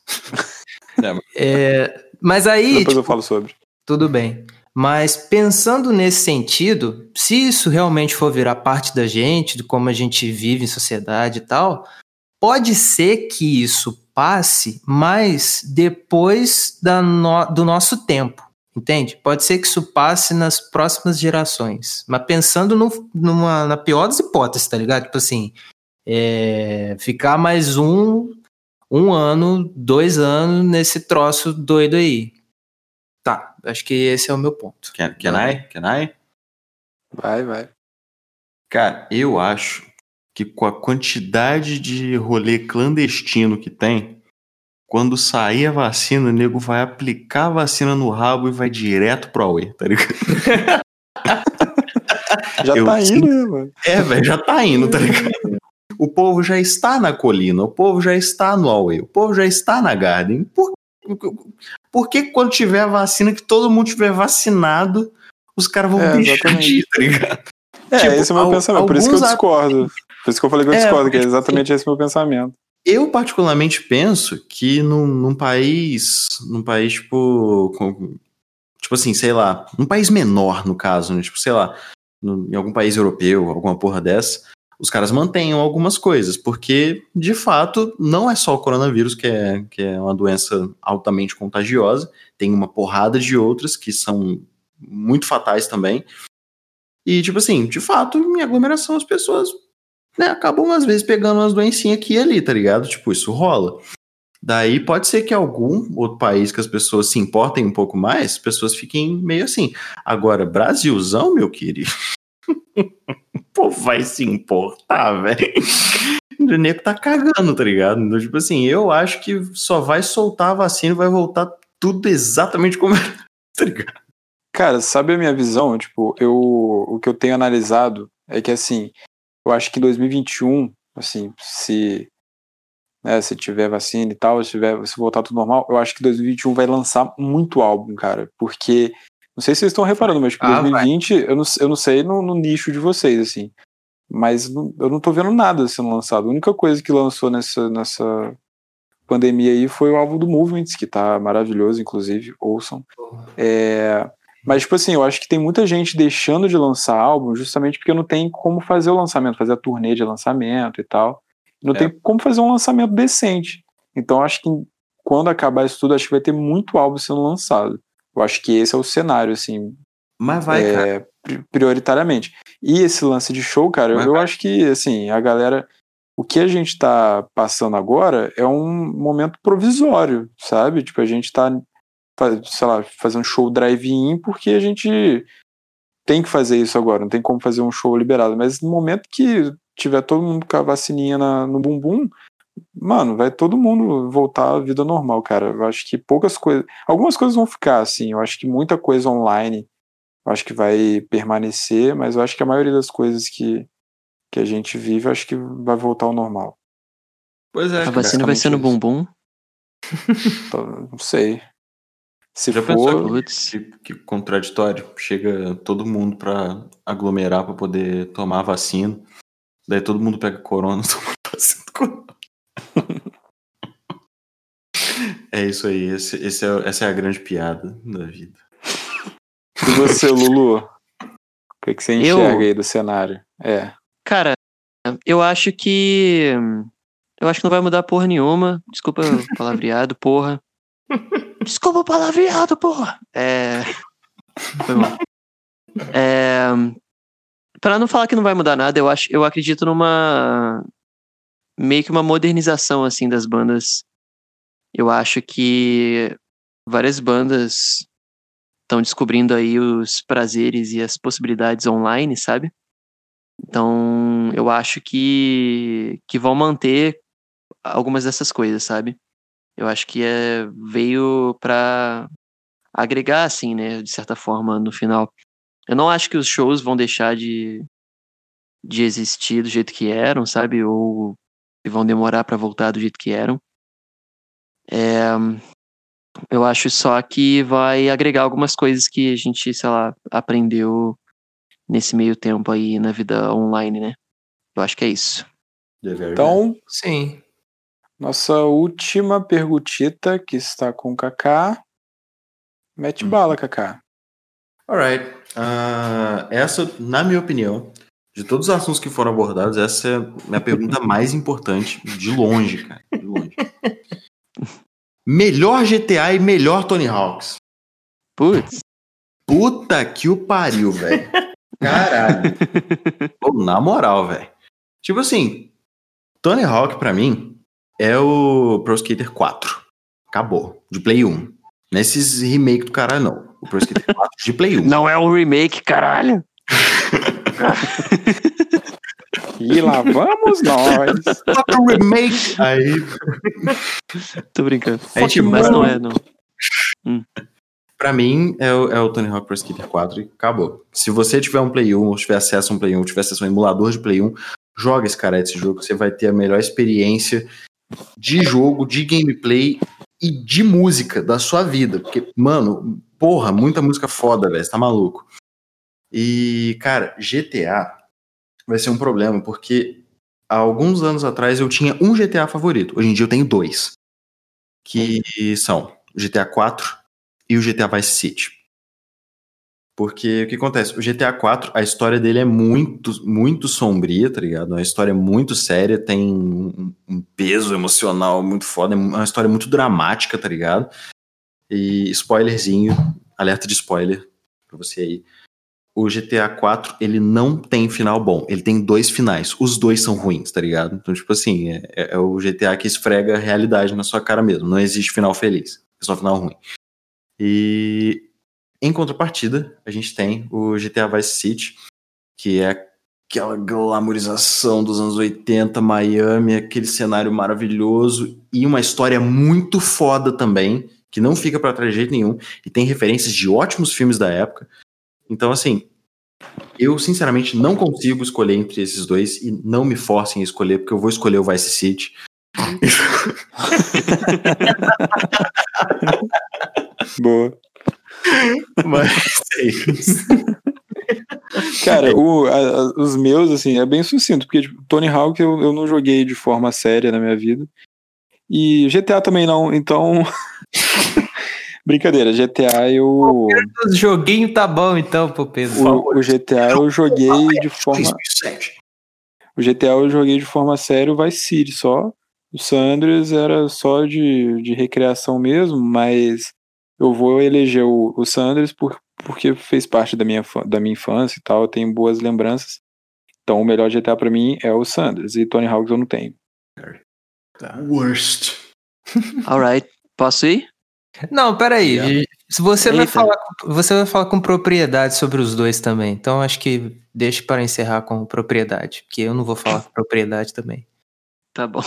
É, mas aí... Depois eu falo sobre. Tudo bem. Mas pensando nesse sentido, se isso realmente for virar parte da gente, de como a gente vive em sociedade e tal, pode ser que isso passe, mas depois do nosso tempo, entende? Pode ser que isso passe nas próximas gerações. Mas pensando na pior das hipóteses, tá ligado? Tipo assim, ficar mais um ano, 2 anos nesse troço doido aí. Tá, acho que esse é o meu ponto. Can I? Vai. Cara, eu acho que com a quantidade de rolê clandestino que tem, quando sair a vacina, o nego vai aplicar a vacina no rabo e vai direto pro Aue, tá ligado? Já tá indo, né, mano? Velho, já tá indo, tá ligado? O povo já está na colina, o povo já está no Aue, o povo já está na Garden. Por que quando tiver a vacina, que todo mundo tiver vacinado, os caras vão deixar de ir, tá ligado? Esse é o meu pensamento, por isso que eu discordo. Por isso que eu falei que eu discordo, que é exatamente esse meu pensamento. Eu particularmente penso que num país, tipo assim, sei lá, um país menor no caso, né? Tipo, sei lá, em algum país europeu, alguma porra dessa, os caras mantenham algumas coisas, porque, de fato, não é só o coronavírus que é uma doença altamente contagiosa, tem uma porrada de outras que são muito fatais também. E, tipo assim, de fato, em aglomeração as pessoas, né, acabam às vezes pegando umas doencinhas aqui e ali, tá ligado? Tipo, isso rola. Daí pode ser que algum outro país que as pessoas se importem um pouco mais, as pessoas fiquem meio assim. Agora, Brasilzão, meu querido, pô, vai se importar, velho. O nego tá cagando, tá ligado? Então, tipo assim, eu acho que só vai soltar a vacina e vai voltar tudo exatamente como é, tá ligado? Cara, sabe a minha visão? Tipo, o que eu tenho analisado é que, assim, eu acho que em 2021, assim, se tiver vacina e tal, se voltar tudo normal, eu acho que 2021 vai lançar muito álbum, cara, porque, não sei se vocês estão reparando, mas tipo, 2020, eu não sei no nicho de vocês, assim, mas eu não tô vendo nada sendo lançado. A única coisa que lançou nessa pandemia aí foi o álbum do Movements, que tá maravilhoso, inclusive, ouçam. Mas, tipo assim, eu acho que tem muita gente deixando de lançar álbum justamente porque não tem como fazer o lançamento, fazer a turnê de lançamento e tal. Não tem como fazer um lançamento decente. Então, acho que quando acabar isso tudo, acho que vai ter muito álbum sendo lançado. Eu acho que esse é o cenário, assim. Mas cara. Prioritariamente. E esse lance de show, cara, eu acho que, assim, a galera... o que a gente tá passando agora é um momento provisório, sabe? Tipo, a gente tá, sei lá, fazendo show drive-in porque a gente tem que fazer isso agora, não tem como fazer um show liberado. Mas no momento que tiver todo mundo com a vacininha no bumbum, mano, vai todo mundo voltar à vida normal, cara. Eu acho que poucas coisas. Algumas coisas vão ficar assim. Eu acho que muita coisa online eu acho que vai permanecer, mas eu acho que a maioria das coisas que a gente vive, eu acho que vai voltar ao normal. Pois é, A vacina vai ser no basicamente bumbum? Então, não sei. Se Já for. pensou Putz. que contraditório? Chega todo mundo pra aglomerar pra poder tomar a vacina. Daí todo mundo pega corona, toma a vacina do corona. É isso aí, essa é a grande piada da vida. E você, Lulu? O que você enxerga Eu? aí do cenário? Cara, eu acho que. Eu acho que não vai mudar porra nenhuma. Desculpa o palavreado, porra. Desculpa o palavreado, porra. Foi mal. Pra não falar que não vai mudar nada, eu acredito numa. Meio que uma modernização, assim, das bandas. Eu acho que várias bandas estão descobrindo aí os prazeres e as possibilidades online, sabe? Então, eu acho que vão manter algumas dessas coisas, sabe? Eu acho que veio pra agregar, assim, né? De certa forma, no final. Eu não acho que os shows vão deixar de existir do jeito que eram, sabe? Ou que vão demorar pra voltar do jeito que eram. Eu acho só que vai agregar algumas coisas que a gente, sei lá, aprendeu nesse meio tempo aí na vida online, né? Eu acho que é isso. Então, Sim. nossa última pergutita que está com o Kaká. Mete bala, Kaká. Alright. Essa, na minha opinião, de todos os assuntos que foram abordados, essa é a minha pergunta mais importante, de longe, cara. De longe. Melhor GTA e melhor Tony Hawks. Putz. Puta que o pariu, velho. Caralho. Pô, na moral, velho. Tipo assim, Tony Hawk pra mim é o Pro Skater 4. Acabou. De Play 1. Nesses remake do caralho, não. O Pro Skater 4 de Play 1. Não é um remake, caralho. E lá vamos nós. O remake. Aí, Tô brincando. Aí, tipo, Mas não é, não. pra mim, é o Tony Hawk Pro Skater 4 e acabou. Se você tiver um Play 1, ou tiver acesso a um Play 1, tiver acesso a um emulador de Play 1, joga esse cara desse jogo, você vai ter a melhor experiência de jogo, de gameplay e de música da sua vida. Porque, mano, porra, muita música foda, velho, você tá maluco. E, cara, GTA vai ser um problema, porque há alguns anos atrás eu tinha um GTA favorito. Hoje em dia eu tenho 2. Que são o GTA 4 e o GTA Vice City. Porque o que acontece? O GTA 4, a história dele é muito, muito sombria, tá ligado? É uma história muito séria, tem um peso emocional muito foda, é uma história muito dramática, tá ligado? E spoilerzinho, alerta de spoiler pra você aí. O GTA 4, ele não tem final bom, ele tem 2 finais, os 2 são ruins, tá ligado? Então, tipo assim, é o GTA que esfrega a realidade na sua cara mesmo, não existe final feliz, é só final ruim. E em contrapartida, a gente tem o GTA Vice City, que é aquela glamorização dos anos 80, Miami, aquele cenário maravilhoso e uma história muito foda também, que não fica pra trás de jeito nenhum, e tem referências de ótimos filmes da época. Então, assim, eu sinceramente não consigo escolher entre esses dois e não me forcem a escolher, porque eu vou escolher o Vice City. Boa. Mas é isso. Cara, os meus, assim, é bem sucinto, porque tipo, Tony Hawk eu não joguei de forma séria na minha vida. E GTA também não, então. Brincadeira, GTA eu. O joguinho tá bom então, pro Pedro. O GTA eu joguei de forma. O GTA eu joguei de forma séria o Vice City só. O San Andreas era só de recreação mesmo, mas eu vou eleger o San Andreas porque fez parte da minha infância e tal, eu tenho boas lembranças. Então o melhor GTA pra mim é o San Andreas, e Tony Hawk's eu não tenho. Tá. Worst. Alright, posso ir? Não, peraí. Yeah. Se você vai Eita. falar com propriedade sobre os dois também. Então acho que deixe para encerrar com propriedade, porque eu não vou falar com propriedade também. Tá bom.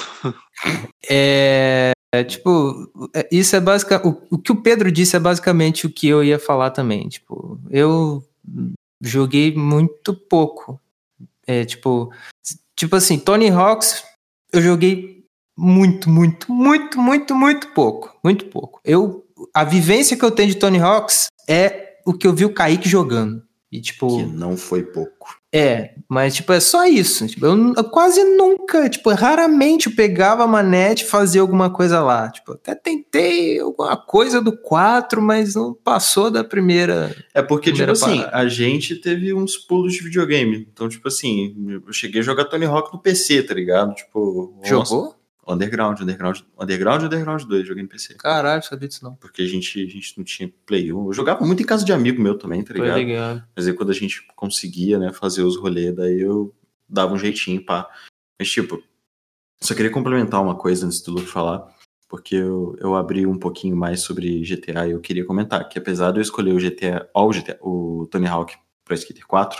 Isso é basicamente. O que o Pedro disse é basicamente o que eu ia falar também. Tipo, eu joguei muito pouco. Tipo assim, Tony Hawk's, eu joguei muito pouco. Muito pouco. A vivência que eu tenho de Tony Hawk's é o que eu vi o Kaique jogando. E, tipo, Que não foi pouco. mas, tipo, é só isso. Tipo, eu quase nunca, tipo, raramente eu pegava a manete e fazia alguma coisa lá. Tipo, até tentei alguma coisa do 4, mas não passou da primeira. É porque, tipo Primeira assim, parada. a gente teve uns pulos de videogame. Então, tipo assim, eu cheguei a jogar Tony Hawk no PC, tá ligado? Tipo, Jogou? Underground 2, joguei no PC. Caralho, sabia disso não. Porque a gente não tinha Play 1. Eu jogava muito em casa de amigo meu também, tá ligado? Ligado. Mas aí quando a gente conseguia, né, fazer os rolês, daí eu dava um jeitinho, pá. Mas, tipo, só queria complementar uma coisa antes do Luke falar, porque eu abri um pouquinho mais sobre GTA e eu queria comentar que apesar de eu escolher o Tony Hawk Pro Skater 4,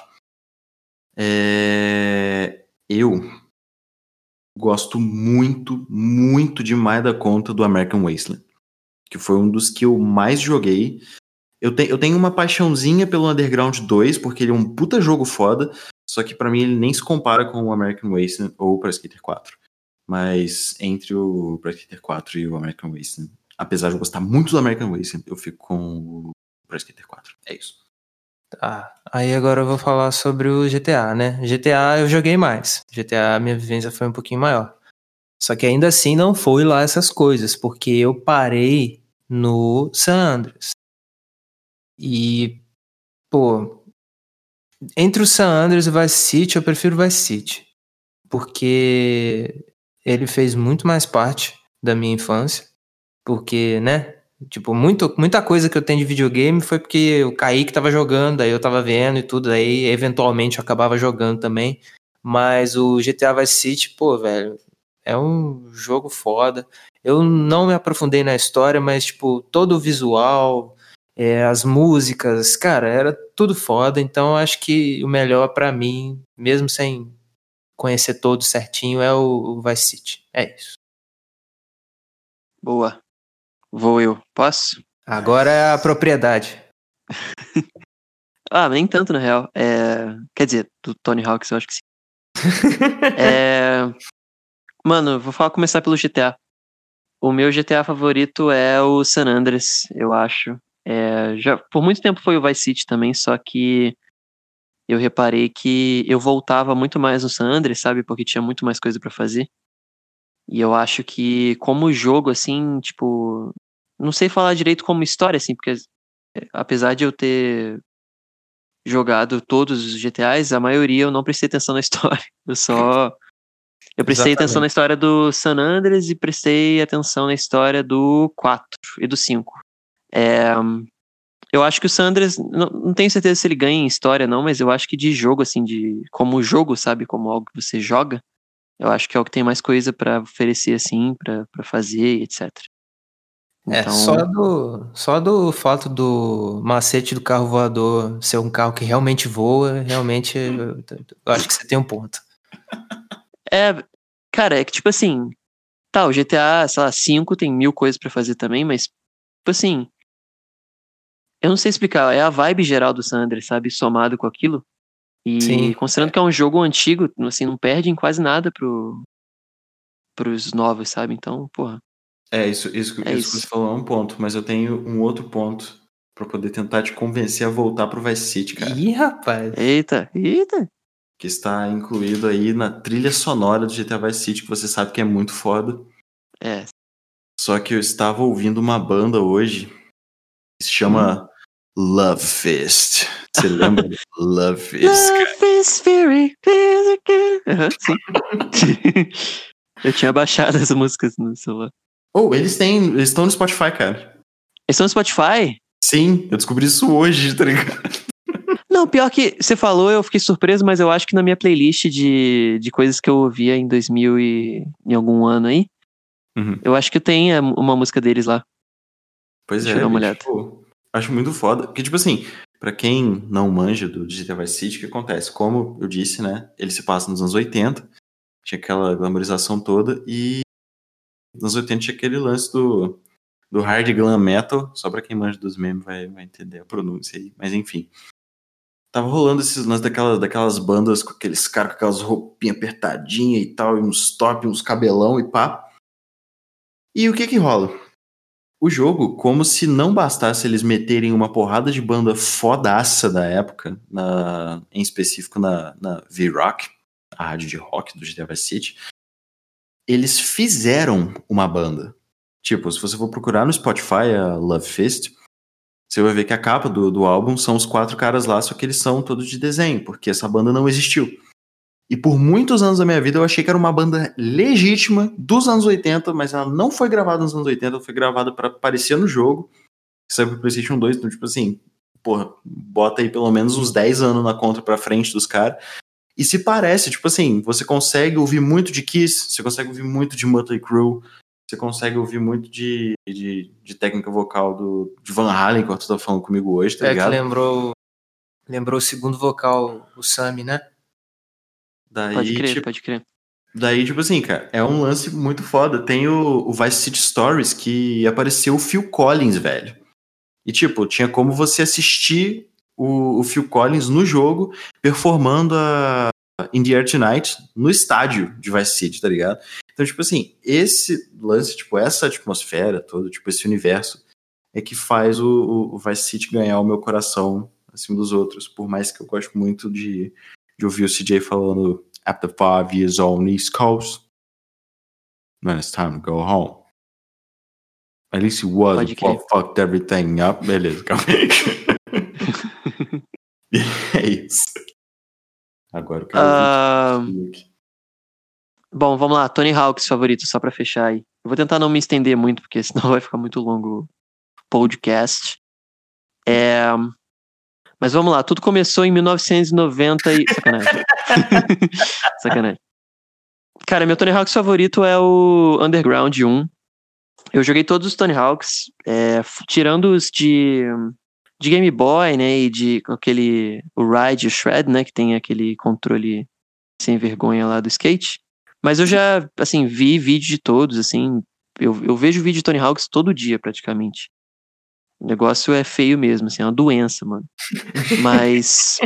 eu gosto muito demais da conta do American Wasteland, que foi um dos que eu mais joguei. Eu tenho uma paixãozinha pelo Underground 2, porque ele é um puta jogo foda, só que pra mim ele nem se compara com o American Wasteland ou o Pro Skater 4. Mas entre o Pro Skater 4 e o American Wasteland, apesar de eu gostar muito do American Wasteland, eu fico com o Pro Skater 4. É isso. Tá, aí agora eu vou falar sobre o GTA, né? GTA eu joguei mais. GTA, minha vivência foi um pouquinho maior. Só que ainda assim não foi lá essas coisas, porque eu parei no San Andreas. E, pô, entre o San Andreas e o Vice City, eu prefiro o Vice City. Porque ele fez muito mais parte da minha infância. Porque, né? Tipo, muita coisa que eu tenho de videogame foi porque o Kaique tava jogando, aí eu tava vendo e tudo, aí eventualmente eu acabava jogando também. Mas o GTA Vice City, pô, velho, é um jogo foda. Eu não me aprofundei na história, mas, tipo, todo o visual, as músicas, cara, era tudo foda. Então eu acho que o melhor pra mim, mesmo sem conhecer todo certinho, é o Vice City. É isso. Boa. Vou eu. Posso? Agora é a propriedade. Nem tanto, na real. Quer dizer, do Tony Hawk's eu acho que sim. Mano, vou começar pelo GTA. O meu GTA favorito é o San Andreas, eu acho. Já, por muito tempo foi o Vice City também, só que eu reparei que eu voltava muito mais no San Andreas, sabe? Porque tinha muito mais coisa pra fazer. E eu acho que como jogo, assim, tipo... Não sei falar direito como história, assim, porque apesar de eu ter jogado todos os GTAs, a maioria eu não prestei atenção na história. Eu prestei atenção na história do San Andreas e prestei atenção na história do 4 e do 5. Eu acho que o San Andreas, não tenho certeza se ele ganha em história não, mas eu acho que de jogo, assim, como jogo, sabe, como algo que você joga, eu acho que é o que tem mais coisa pra oferecer, assim, pra fazer, etc. Então... Só do fato do macete do carro voador ser um carro que realmente voa, realmente eu acho que você tem um ponto. Cara, é que tipo assim, o GTA, sei lá, 5 tem 1000 coisas pra fazer também, mas tipo assim, eu não sei explicar, é a vibe geral do San Andreas, sabe, somado com aquilo, e Sim, considerando que é um jogo antigo, assim, não perde em quase nada pros novos, sabe, então, porra. Isso que você falou é um ponto, mas eu tenho um outro ponto pra poder tentar te convencer a voltar pro Vice City, cara. Ih, rapaz. Eita. Que está incluído aí na trilha sonora do GTA Vice City, que você sabe que é muito foda. Só que eu estava ouvindo uma banda hoje que se chama Love Fist. Você lembra? Love Fist, cara. Love is very sim. Eu tinha baixado as músicas no celular. Eles estão no Spotify, cara. Eles estão no Spotify? Sim, eu descobri isso hoje, tá ligado? Não, pior que você falou, eu fiquei surpreso, mas eu acho que na minha playlist de coisas que eu ouvia em 2000 e em algum ano aí, eu acho que tem uma música deles lá. Pois Deixa eu dar uma olhada. Tipo, acho muito foda. Porque, tipo assim, pra quem não manja do GTA Vice City, o que acontece? Como eu disse, né? Ele se passa nos anos 80, tinha aquela glamorização toda, e nos 80 tinha aquele lance do hard glam metal, só pra quem manja dos memes vai entender a pronúncia aí, mas enfim. Tava rolando esses lances daquelas bandas com aqueles caras com aquelas roupinhas apertadinhas e tal, e uns top, uns cabelão e pá. E o que rola? O jogo, como se não bastasse eles meterem uma porrada de banda fodaça da época, em específico na V-Rock, a rádio de rock do GTA Vice City, eles fizeram uma banda. Tipo, se você for procurar no Spotify a Love Fist, você vai ver que a capa do álbum são os 4 caras lá, só que eles são todos de desenho, porque essa banda não existiu. E por muitos anos da minha vida eu achei que era uma banda legítima dos anos 80, mas ela não foi gravada nos anos 80, ela foi gravada pra aparecer no jogo, que saiu pro PlayStation 2, então tipo assim, porra, bota aí pelo menos uns 10 anos na conta pra frente dos caras. E se parece, tipo assim, você consegue ouvir muito de Kiss, você consegue ouvir muito de Mötley Crüe, você consegue ouvir muito de técnica vocal de Van Halen, enquanto tu tá falando comigo hoje, tá ligado? Que lembrou o segundo vocal, o Sammy, né? Daí, Pode crer. Daí, tipo assim, cara, é um lance muito foda. Tem o Vice City Stories que apareceu o Phil Collins, velho. E, tipo, tinha como você assistir o Phil Collins no jogo, performando a In the Air Tonight no estádio de Vice City, tá ligado? Então, tipo assim, esse lance, tipo, essa atmosfera toda, tipo, esse universo, é que faz o Vice City ganhar o meu coração acima dos outros. Por mais que eu goste muito de ouvir o CJ falando after 5 years on East Coast, when it's time to go home. At least it was before fucked everything up. Beleza, calma aí. É isso. Agora eu quero ouvir. Bom, vamos lá. Tony Hawk's favorito, só pra fechar aí. Eu vou tentar não me estender muito, porque senão vai ficar muito longo o podcast. Mas vamos lá. Tudo começou em 1990 e... Sacanagem. Sacanagem. Cara, meu Tony Hawk's favorito é o Underground 1. Eu joguei todos os Tony Hawk's, tirando os de Game Boy, né, e de aquele, o Ride, o Shred, né, que tem aquele controle sem vergonha lá do skate. Mas eu já, assim, vi vídeo de todos, assim, eu vejo vídeo de Tony Hawk's todo dia, praticamente. O negócio é feio mesmo, assim, é uma doença, mano. Mas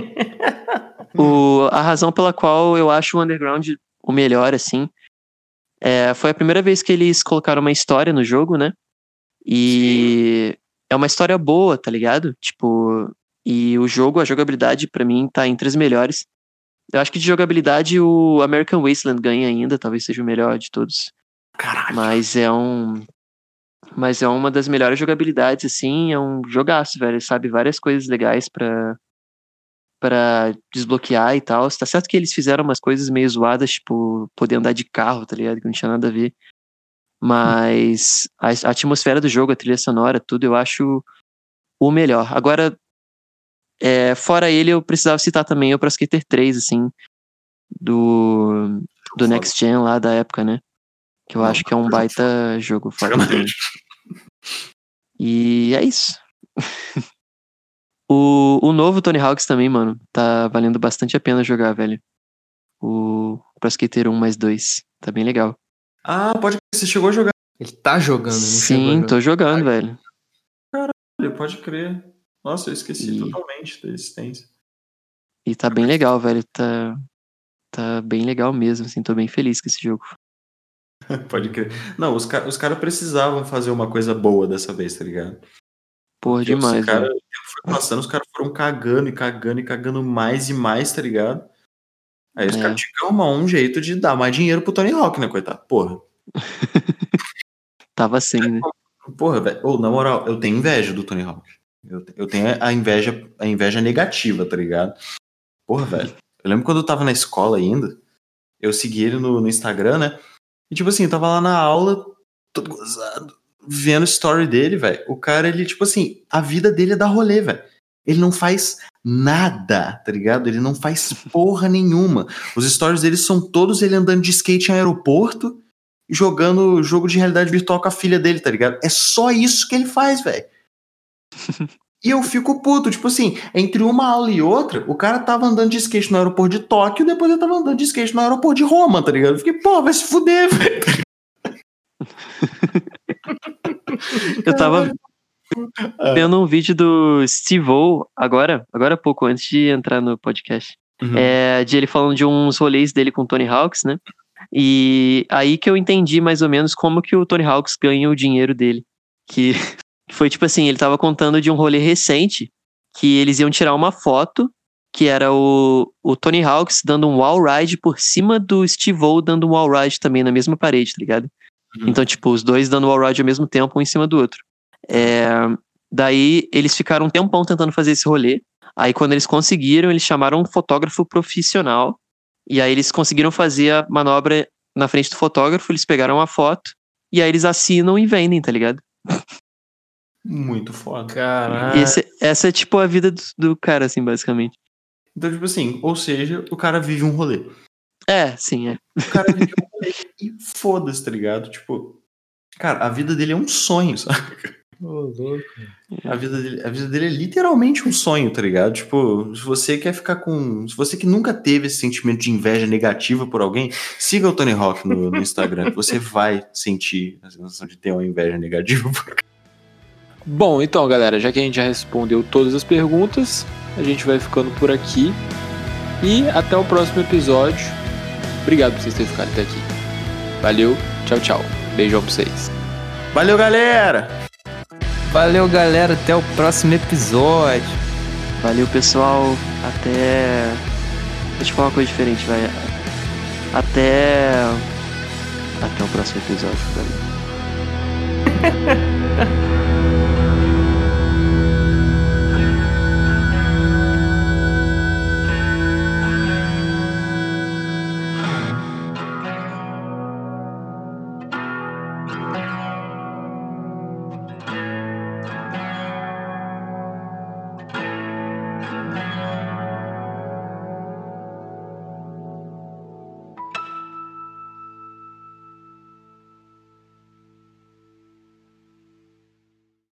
a razão pela qual eu acho o Underground o melhor, assim, foi a primeira vez que eles colocaram uma história no jogo, né? E é uma história boa, tá ligado? Tipo, e o jogo, a jogabilidade, pra mim, tá entre as melhores. Eu acho que de jogabilidade o American Wasteland ganha ainda, talvez seja o melhor de todos. Caralho. Mas é uma das melhores jogabilidades, assim, é um jogaço, velho, sabe? Várias coisas legais pra desbloquear e tal. Tá certo que eles fizeram umas coisas meio zoadas, tipo, poder andar de carro, tá ligado? Que não tinha nada a ver. Mas a atmosfera do jogo, a trilha sonora, tudo, eu acho o melhor. Agora, fora ele, eu precisava citar também o Pro Skater 3, assim, do Next Gen lá da época, né? Que eu acho que é um baita jogo foda também. E é isso. O novo Tony Hawk's também, mano, tá valendo bastante a pena jogar, velho. O Pro Skater 1 mais 2. Tá bem legal. Ah, você chegou a jogar. Ele tá jogando, não Sim, tô jogando, velho. Caralho, pode crer. Nossa, eu esqueci totalmente da existência. E tá bem legal, velho. Tá bem legal mesmo, assim, tô bem feliz com esse jogo. Pode crer. Não, os caras precisavam fazer uma coisa boa dessa vez, tá ligado? Porra, demais, velho. O tempo foi passando, os caras foram cagando mais e mais, tá ligado? Aí os caras tinham que arrumar um jeito de dar mais dinheiro pro Tony Hawk, né, coitado? Porra. Tava sem, né? Porra, velho. Na moral, eu tenho inveja do Tony Hawk. Eu tenho a inveja negativa, tá ligado? Porra, velho. Eu lembro quando eu tava na escola ainda, eu segui ele no Instagram, né? E tipo assim, eu tava lá na aula, todo gozado, vendo o story dele, velho. O cara, ele, tipo assim, a vida dele é dar rolê, velho. ele não faz nada, tá ligado? Ele não faz porra nenhuma. Os stories dele são todos ele andando de skate em aeroporto e jogando jogo de realidade virtual com a filha dele, tá ligado? É só isso que ele faz, velho. E eu fico puto, tipo assim, entre uma aula e outra, o cara tava andando de skate no aeroporto de Tóquio, depois ele tava andando de skate no aeroporto de Roma, tá ligado? Eu fiquei, pô, vai se fuder, velho. Eu tava vendo um vídeo do Steve-O agora há pouco, antes de entrar no podcast. De ele falando de uns rolês dele com o Tony Hawks, né? E aí que eu entendi mais ou menos como que o Tony Hawks ganha o dinheiro dele. Que foi tipo assim, ele tava contando de um rolê recente que eles iam tirar uma foto que era o Tony Hawks dando um wall ride por cima do Steve-O dando um wall ride também na mesma parede, tá ligado? Então, tipo, os dois dando wall ride ao mesmo tempo, um em cima do outro. Daí, eles ficaram um tempão tentando fazer esse rolê. Aí, quando eles conseguiram, eles chamaram um fotógrafo profissional. E aí, eles conseguiram fazer a manobra na frente do fotógrafo, eles pegaram a foto. E aí, eles assinam e vendem, tá ligado? Muito foda. Caralho. Essa é, tipo, a vida do cara, assim, basicamente. Então, tipo assim, ou seja, o cara vive um rolê. Sim, é. O cara vive um rolê e foda-se, tá ligado? Tipo, cara, a vida dele é um sonho, sabe? Louco. A vida dele é literalmente um sonho, tá ligado? Tipo, se você quer ficar com... Se você que nunca teve esse sentimento de inveja negativa por alguém, siga o Tony Hawk no Instagram, que você vai sentir a sensação de ter uma inveja negativa. Bom, então, galera, já que a gente já respondeu todas as perguntas, a gente vai ficando por aqui. E até o próximo episódio. Obrigado por vocês terem ficado até aqui. Valeu, tchau, tchau. Beijão pra vocês. Valeu, galera! Valeu, galera. Até o próximo episódio. Valeu, pessoal. Até... Vou te falar uma coisa diferente, vai. Até o próximo episódio. Valeu.